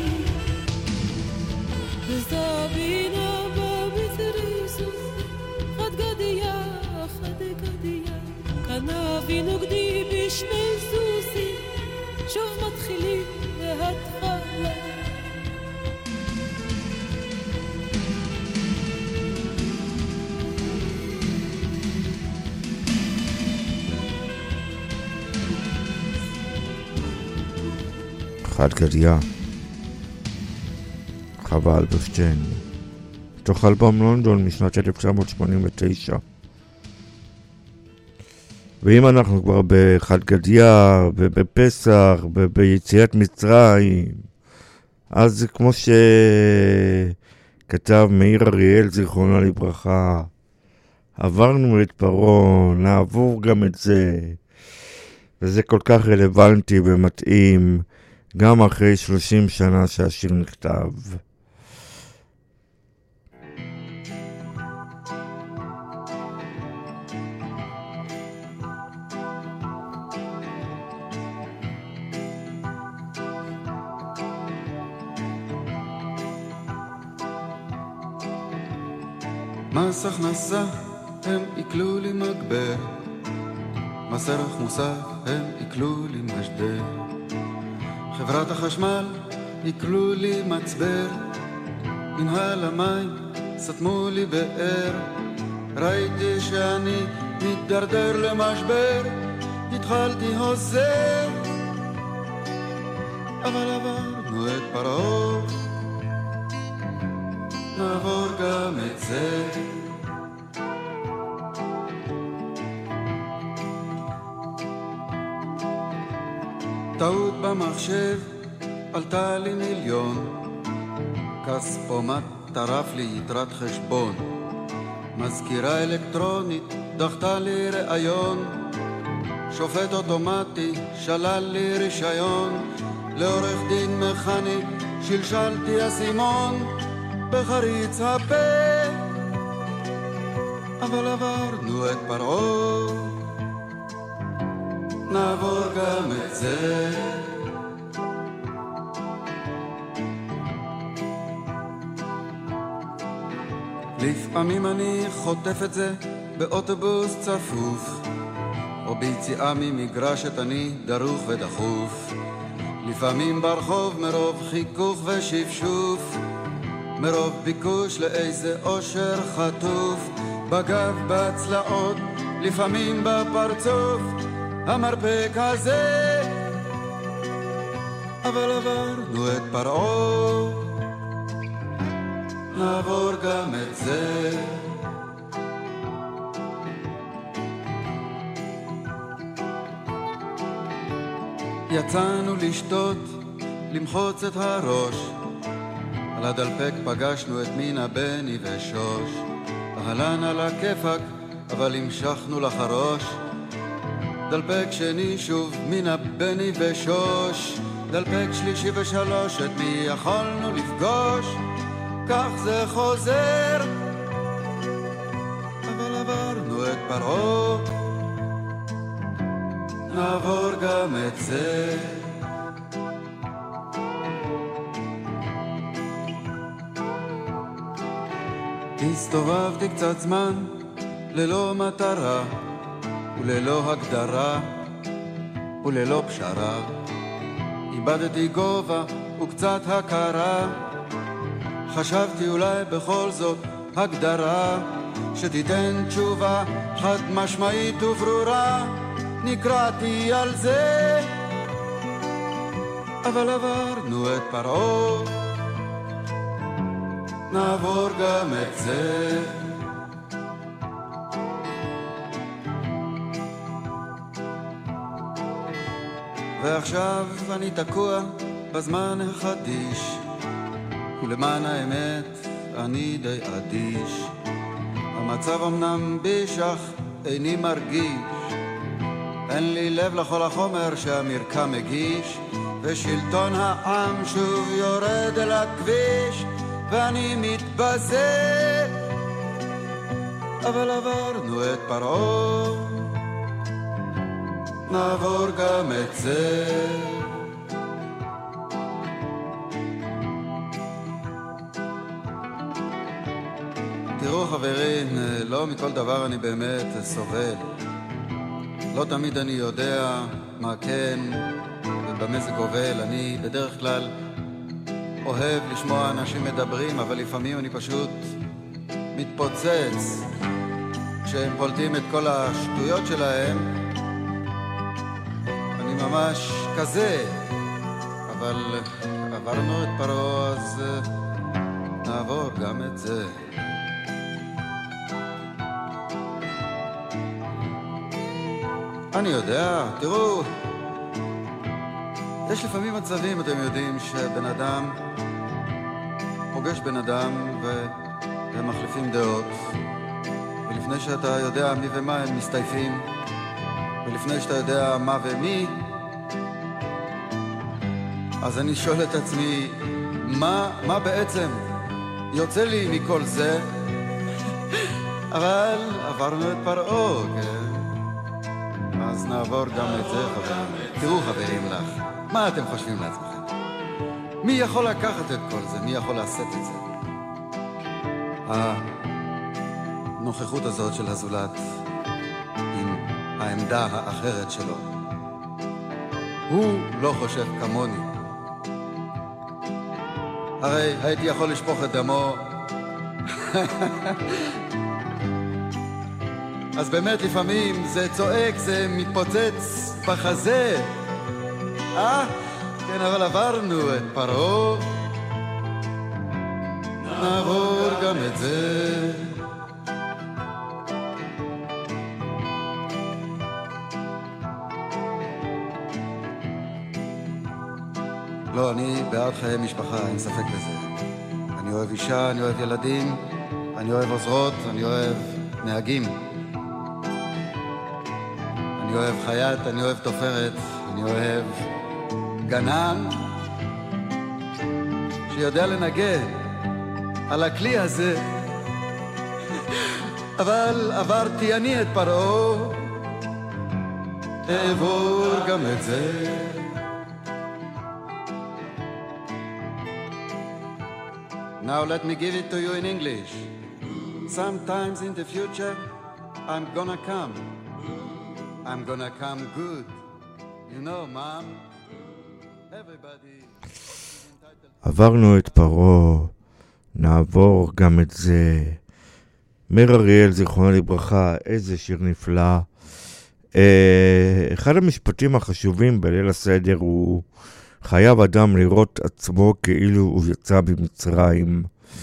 בזבינה במתרי זוזה חד גדיה חד גדיה כאן אבינו גדי בשני זוזים שוב מתחילים להתחלה חד גדיה חווה אלברשטיין מתוך אלבום לונדון משנת אלף תשע מאות שמונים ותשע ואם אנחנו כבר בחד גדיה ובפסח וביציאת מצרים אז כמו שכתב מאיר אריאל זיכרונו לברכה עברנו את פרעה נעבור גם את זה וזה כל כך רלוונטי ומתאים גם אחרי שלושים שנה שהשיר נכתב. מס הכנסה הם יקלו לי מגבר, מס ערך מוסף הם יקלו לי משדר, חברת החשמל יקלו לי מצבר, מנהל המים סתמו לי באר, ראיתי שאני מתדרדר למשבר, התחלתי הוזר, אבל עברנו את פרעה, נעבור גם את זה. טעות במחשב עלתה לי מיליון, כספומט טרף לי יתרת חשבון, מזכירה אלקטרונית דחתה לי ראיון, שופט אוטומטי שלל לי רישיון, לעורך דין מכני שלשלתי אסימון בחריץ הפה, אבל עברנו את פרעה, נעבור גם את זה. לפעמים אני חוטף את זה באוטובוס צפוף, או ביציאה ממגרשת אני דרוך ודחוף, לפעמים ברחוב מרוב חיכוך ושפשוף, מרוב ביקוש לאיזה אושר חטוף, בגב בצלעות, לפעמים בפרצוף, המרפק הזה, אבל עברנו את פרעה, נעבור גם את זה. יצאנו לשתות, למחוץ את הראש, על הדלפק פגשנו את מינה, בני ושוש, אהלן על הכיפק, אבל המשכנו לחרוש, דלפק שני שוב מינה, בני ושוש, דלפק שלישי ושלוש, את מי יכולנו לפגוש, כך זה חוזר, אבל עברנו את פרעה, נעבור גם את זה. הסתובבתי קצת זמן ללא מטרה וללא הגדרה וללא פשרה, איבדתי גובה וקצת הכרה, חשבתי אולי בכל זאת הגדרה שתיתן תשובה חד משמעית וברורה, נקראתי על זה, אבל עברנו את פרעה, נעבור גם את זה. ועכשיו אני תקוע בזמן החדיש, ולמען האמת אני די אדיש, המצב אמנם בישך איני מרגיש, אין לי לב לכל החומר שהמרקע מגיש, ושלטון העם שוב יורד אל הכביש, ואני מתבזה, אבל עברנו את פרעה, נעבור גם את זה. תראו חברים, לא מכל דבר אני באמת סובל, לא תמיד אני יודע מה כן ובמה זה גובל, אני בדרך כלל אוהב לשמוע אנשים מדברים, אבל לפעמים אני פשוט מתפוצץ כשהם פולטים את כל השטויות שלהם, אני ממש כזה, אבל עברנו את פרעה, אז נעבור גם את זה. אני יודע, תראו, יש לפעמים מצבים, אתם יודעים, שבן אדם פוגש בן אדם והם מחליפים דעות, ולפני שאתה יודע מי ומה הם מסתייפים, ולפני שאתה יודע מה ומי, אז אני שואל את עצמי, מה, מה בעצם יוצא לי מכל זה? אבל עברנו את פרעה, כן? אז נעבור גם את זה, חברים. תראו חברים לך, מה אתם חושבים לעצמכם? מי יכול לקחת את כל זה? מי יכול לעשות את זה? הנוכחות הזאת של הזולת עם העמדה האחרת שלו, הוא לא חושב כמוני, הרי הייתי יכול לשפוך את דמו. אז באמת לפעמים זה צועק, זה מתפוצץ בחזה. אה? כן, אבל עברנו את פרעה, נעבור גם את זה. לא, אני בעד חיי משפחה, אין ספק בזה. אוהב אישה, אני אוהב ילדים, אני אוהב עוזרות, אני אוהב נהגים. אני אוהב חייט, אני אוהב תופרת, אני אוהב גנן שיודע לנגן על הכלי הזה. אבל עברתי אני את פרעה, אעבור גם את זה. Now let me give it to you in English. Sometimes in the future I'm gonna come. I'm gonna come good. You know, Mom, everybody... עברנו את פרעה, נעבור גם את זה. מר אריאל, זיכרונו לברכה, איזה שיר נפלא. אה, אחד המשפטים החשובים בליל הסדר הוא חייב אדם לראות עצמו כאילו הוא יצא במצרים.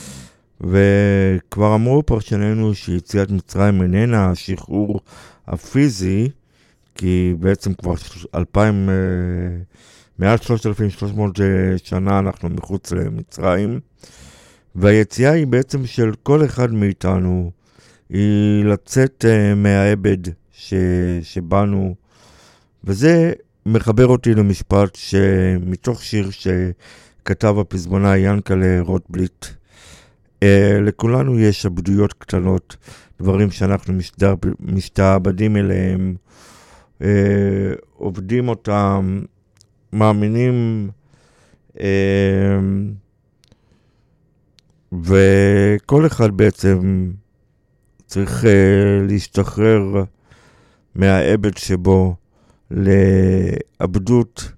וכבר אמרו פרשננו שיציאת מצרים איננה השחרור הפיזי, כי בעצם כבר אלפיים, מעל שלושת אלפים ושלוש מאות שנה אנחנו מחוץ למצרים, והיציאה היא בעצם של כל אחד מאיתנו, היא לצאת מהעבד ש... שבאנו, וזה מחבר אותי למשפט שמתוך שיר שכתב הפזמונאי ינקלה רוטבליט. לכולנו יש עבדויות קטנות, דברים שאנחנו משתעבדים אליהם, עובדים אותם, מאמינים, וכל אחד בעצם צריך להשתחרר מהעבד שבו לעבדות,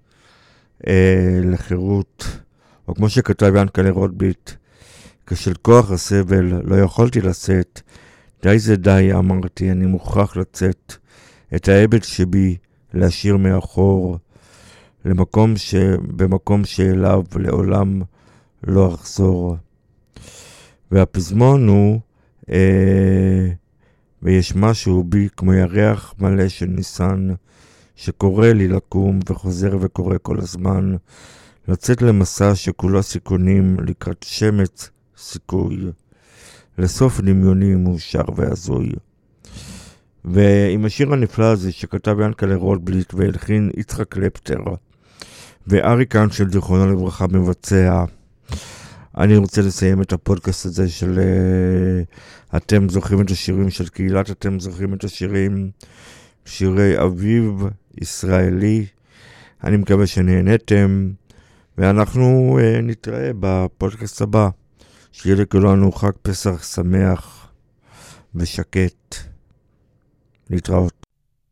לחירות, או כמו שכתב ינקלה רוטבליט, כשל כוח הסבל לא יכולתי לשאת, די זה די, אמרתי, אני מוכרח לצאת, את העבד שבי להשאיר מאחור, למקום ש... במקום שאליו לעולם לא אחזור. והפזמון הוא, אה, ויש משהו בי כמו ירח מלא של ניסן, שקורא לי לקום וחוזר וקורא כל הזמן, לצאת למסע שכולו סיכונים לקראת שמץ סיכוי, לסוף דמיוני מאושר והזוי. ועם השיר הנפלא הזה שכתב ינקלה רוטבליט והלחין יצחק קלפטר, ואריק אנשל זיכרונו לברכה מבצע, אני רוצה לסיים את הפודקאסט הזה של uh, אתם זוכרים את השירים של קהילת, אתם זוכרים את השירים, שירי אביב ישראלי. אני מקווה שנהנתם, ואנחנו uh, נתראה בפודקאסט הבא. שיהיה לכולנו חג פסח שמח ושקט. להתראות.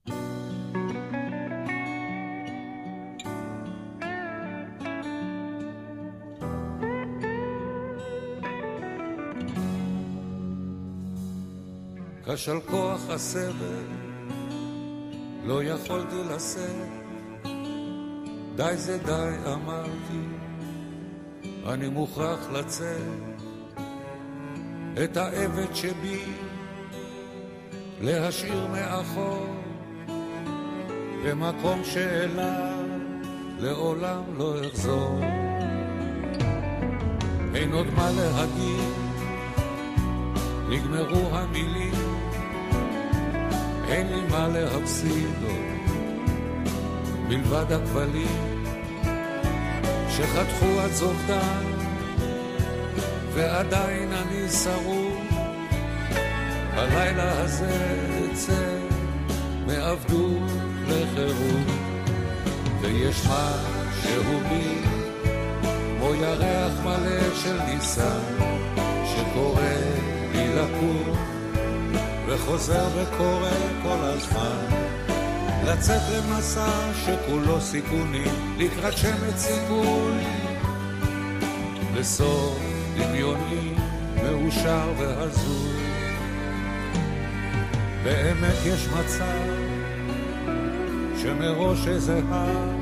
כשל כוח הסבל לא יכולתי לשאת, די זה די אמרתי, אני מוכרח לצאת, את העבד שבי להשאיר מאחור, במקום שאליו לעולם לא אחזור. אין עוד מה להגיד, נגמרו המילים, אין לי מה להפסיד עוד מלבד הכבלים שחתכו עד זובדן, ועדיין אני שרוד. הלילה הזה אצא מעבדות לחירות, ויש מה שהוא בי כמו ירח מלא של ניסן, שקורא לי לקום וחוזר וקורא כל הזמן, לצאת למסע שכולו סיכונים לקראת שמץ סיכוי, לסוף דמיוני מאושר והזוי. באמת יש מצב שמראש איזה הר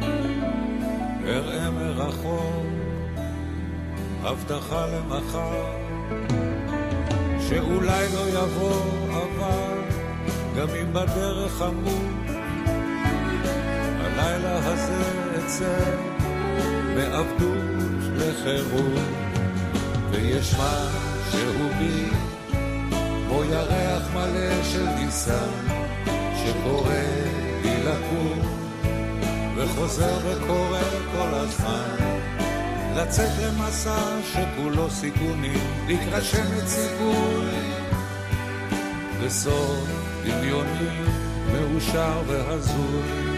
אראה מרחוק הבטחה למחר, שאולי לא יבוא אבל גם אם בדרך עמוד, הלילה הזה אצא מעבדות לחירות, ויש משהו בי כמו ירח מלא של ניסן שקורא לי לקום וחוזר וקורא כל הזמן לצאת למסע שכולו סיכונים לקראת שמץ סיכוי בסוף דמיוני מאושר והזוי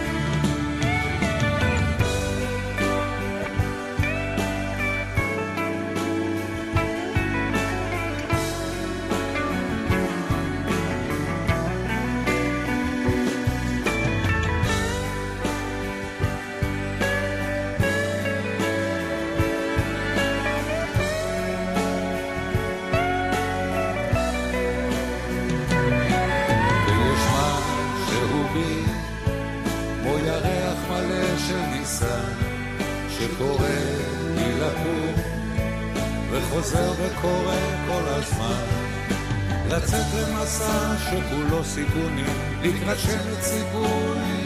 וחוזר וקורא כל הזמן לצאת למסע שכולו סיכונים לקראת שמץ סיכוי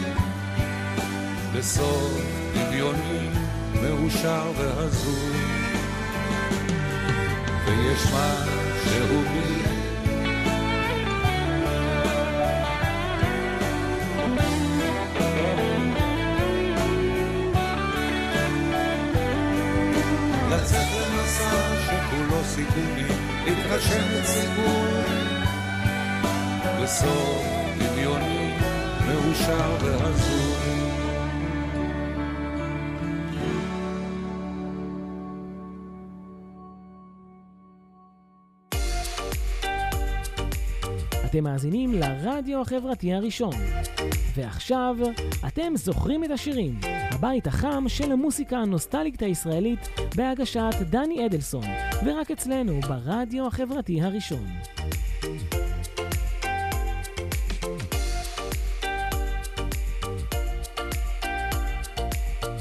בסוף דמיוני מאושר והזוי ויש משהו בי לצאת למסע שכולו סיכונים לקראת שמץ סיכוי בסוף דמיוני מאושר והזוי אתם מאזינים לרדיו החברתי הראשון. ועכשיו, אתם זוכרים את השירים, הבית החם של המוסיקה הנוסטלגית הישראלית בהגשת דני אדלסון, ורק אצלנו ברדיו החברתי הראשון.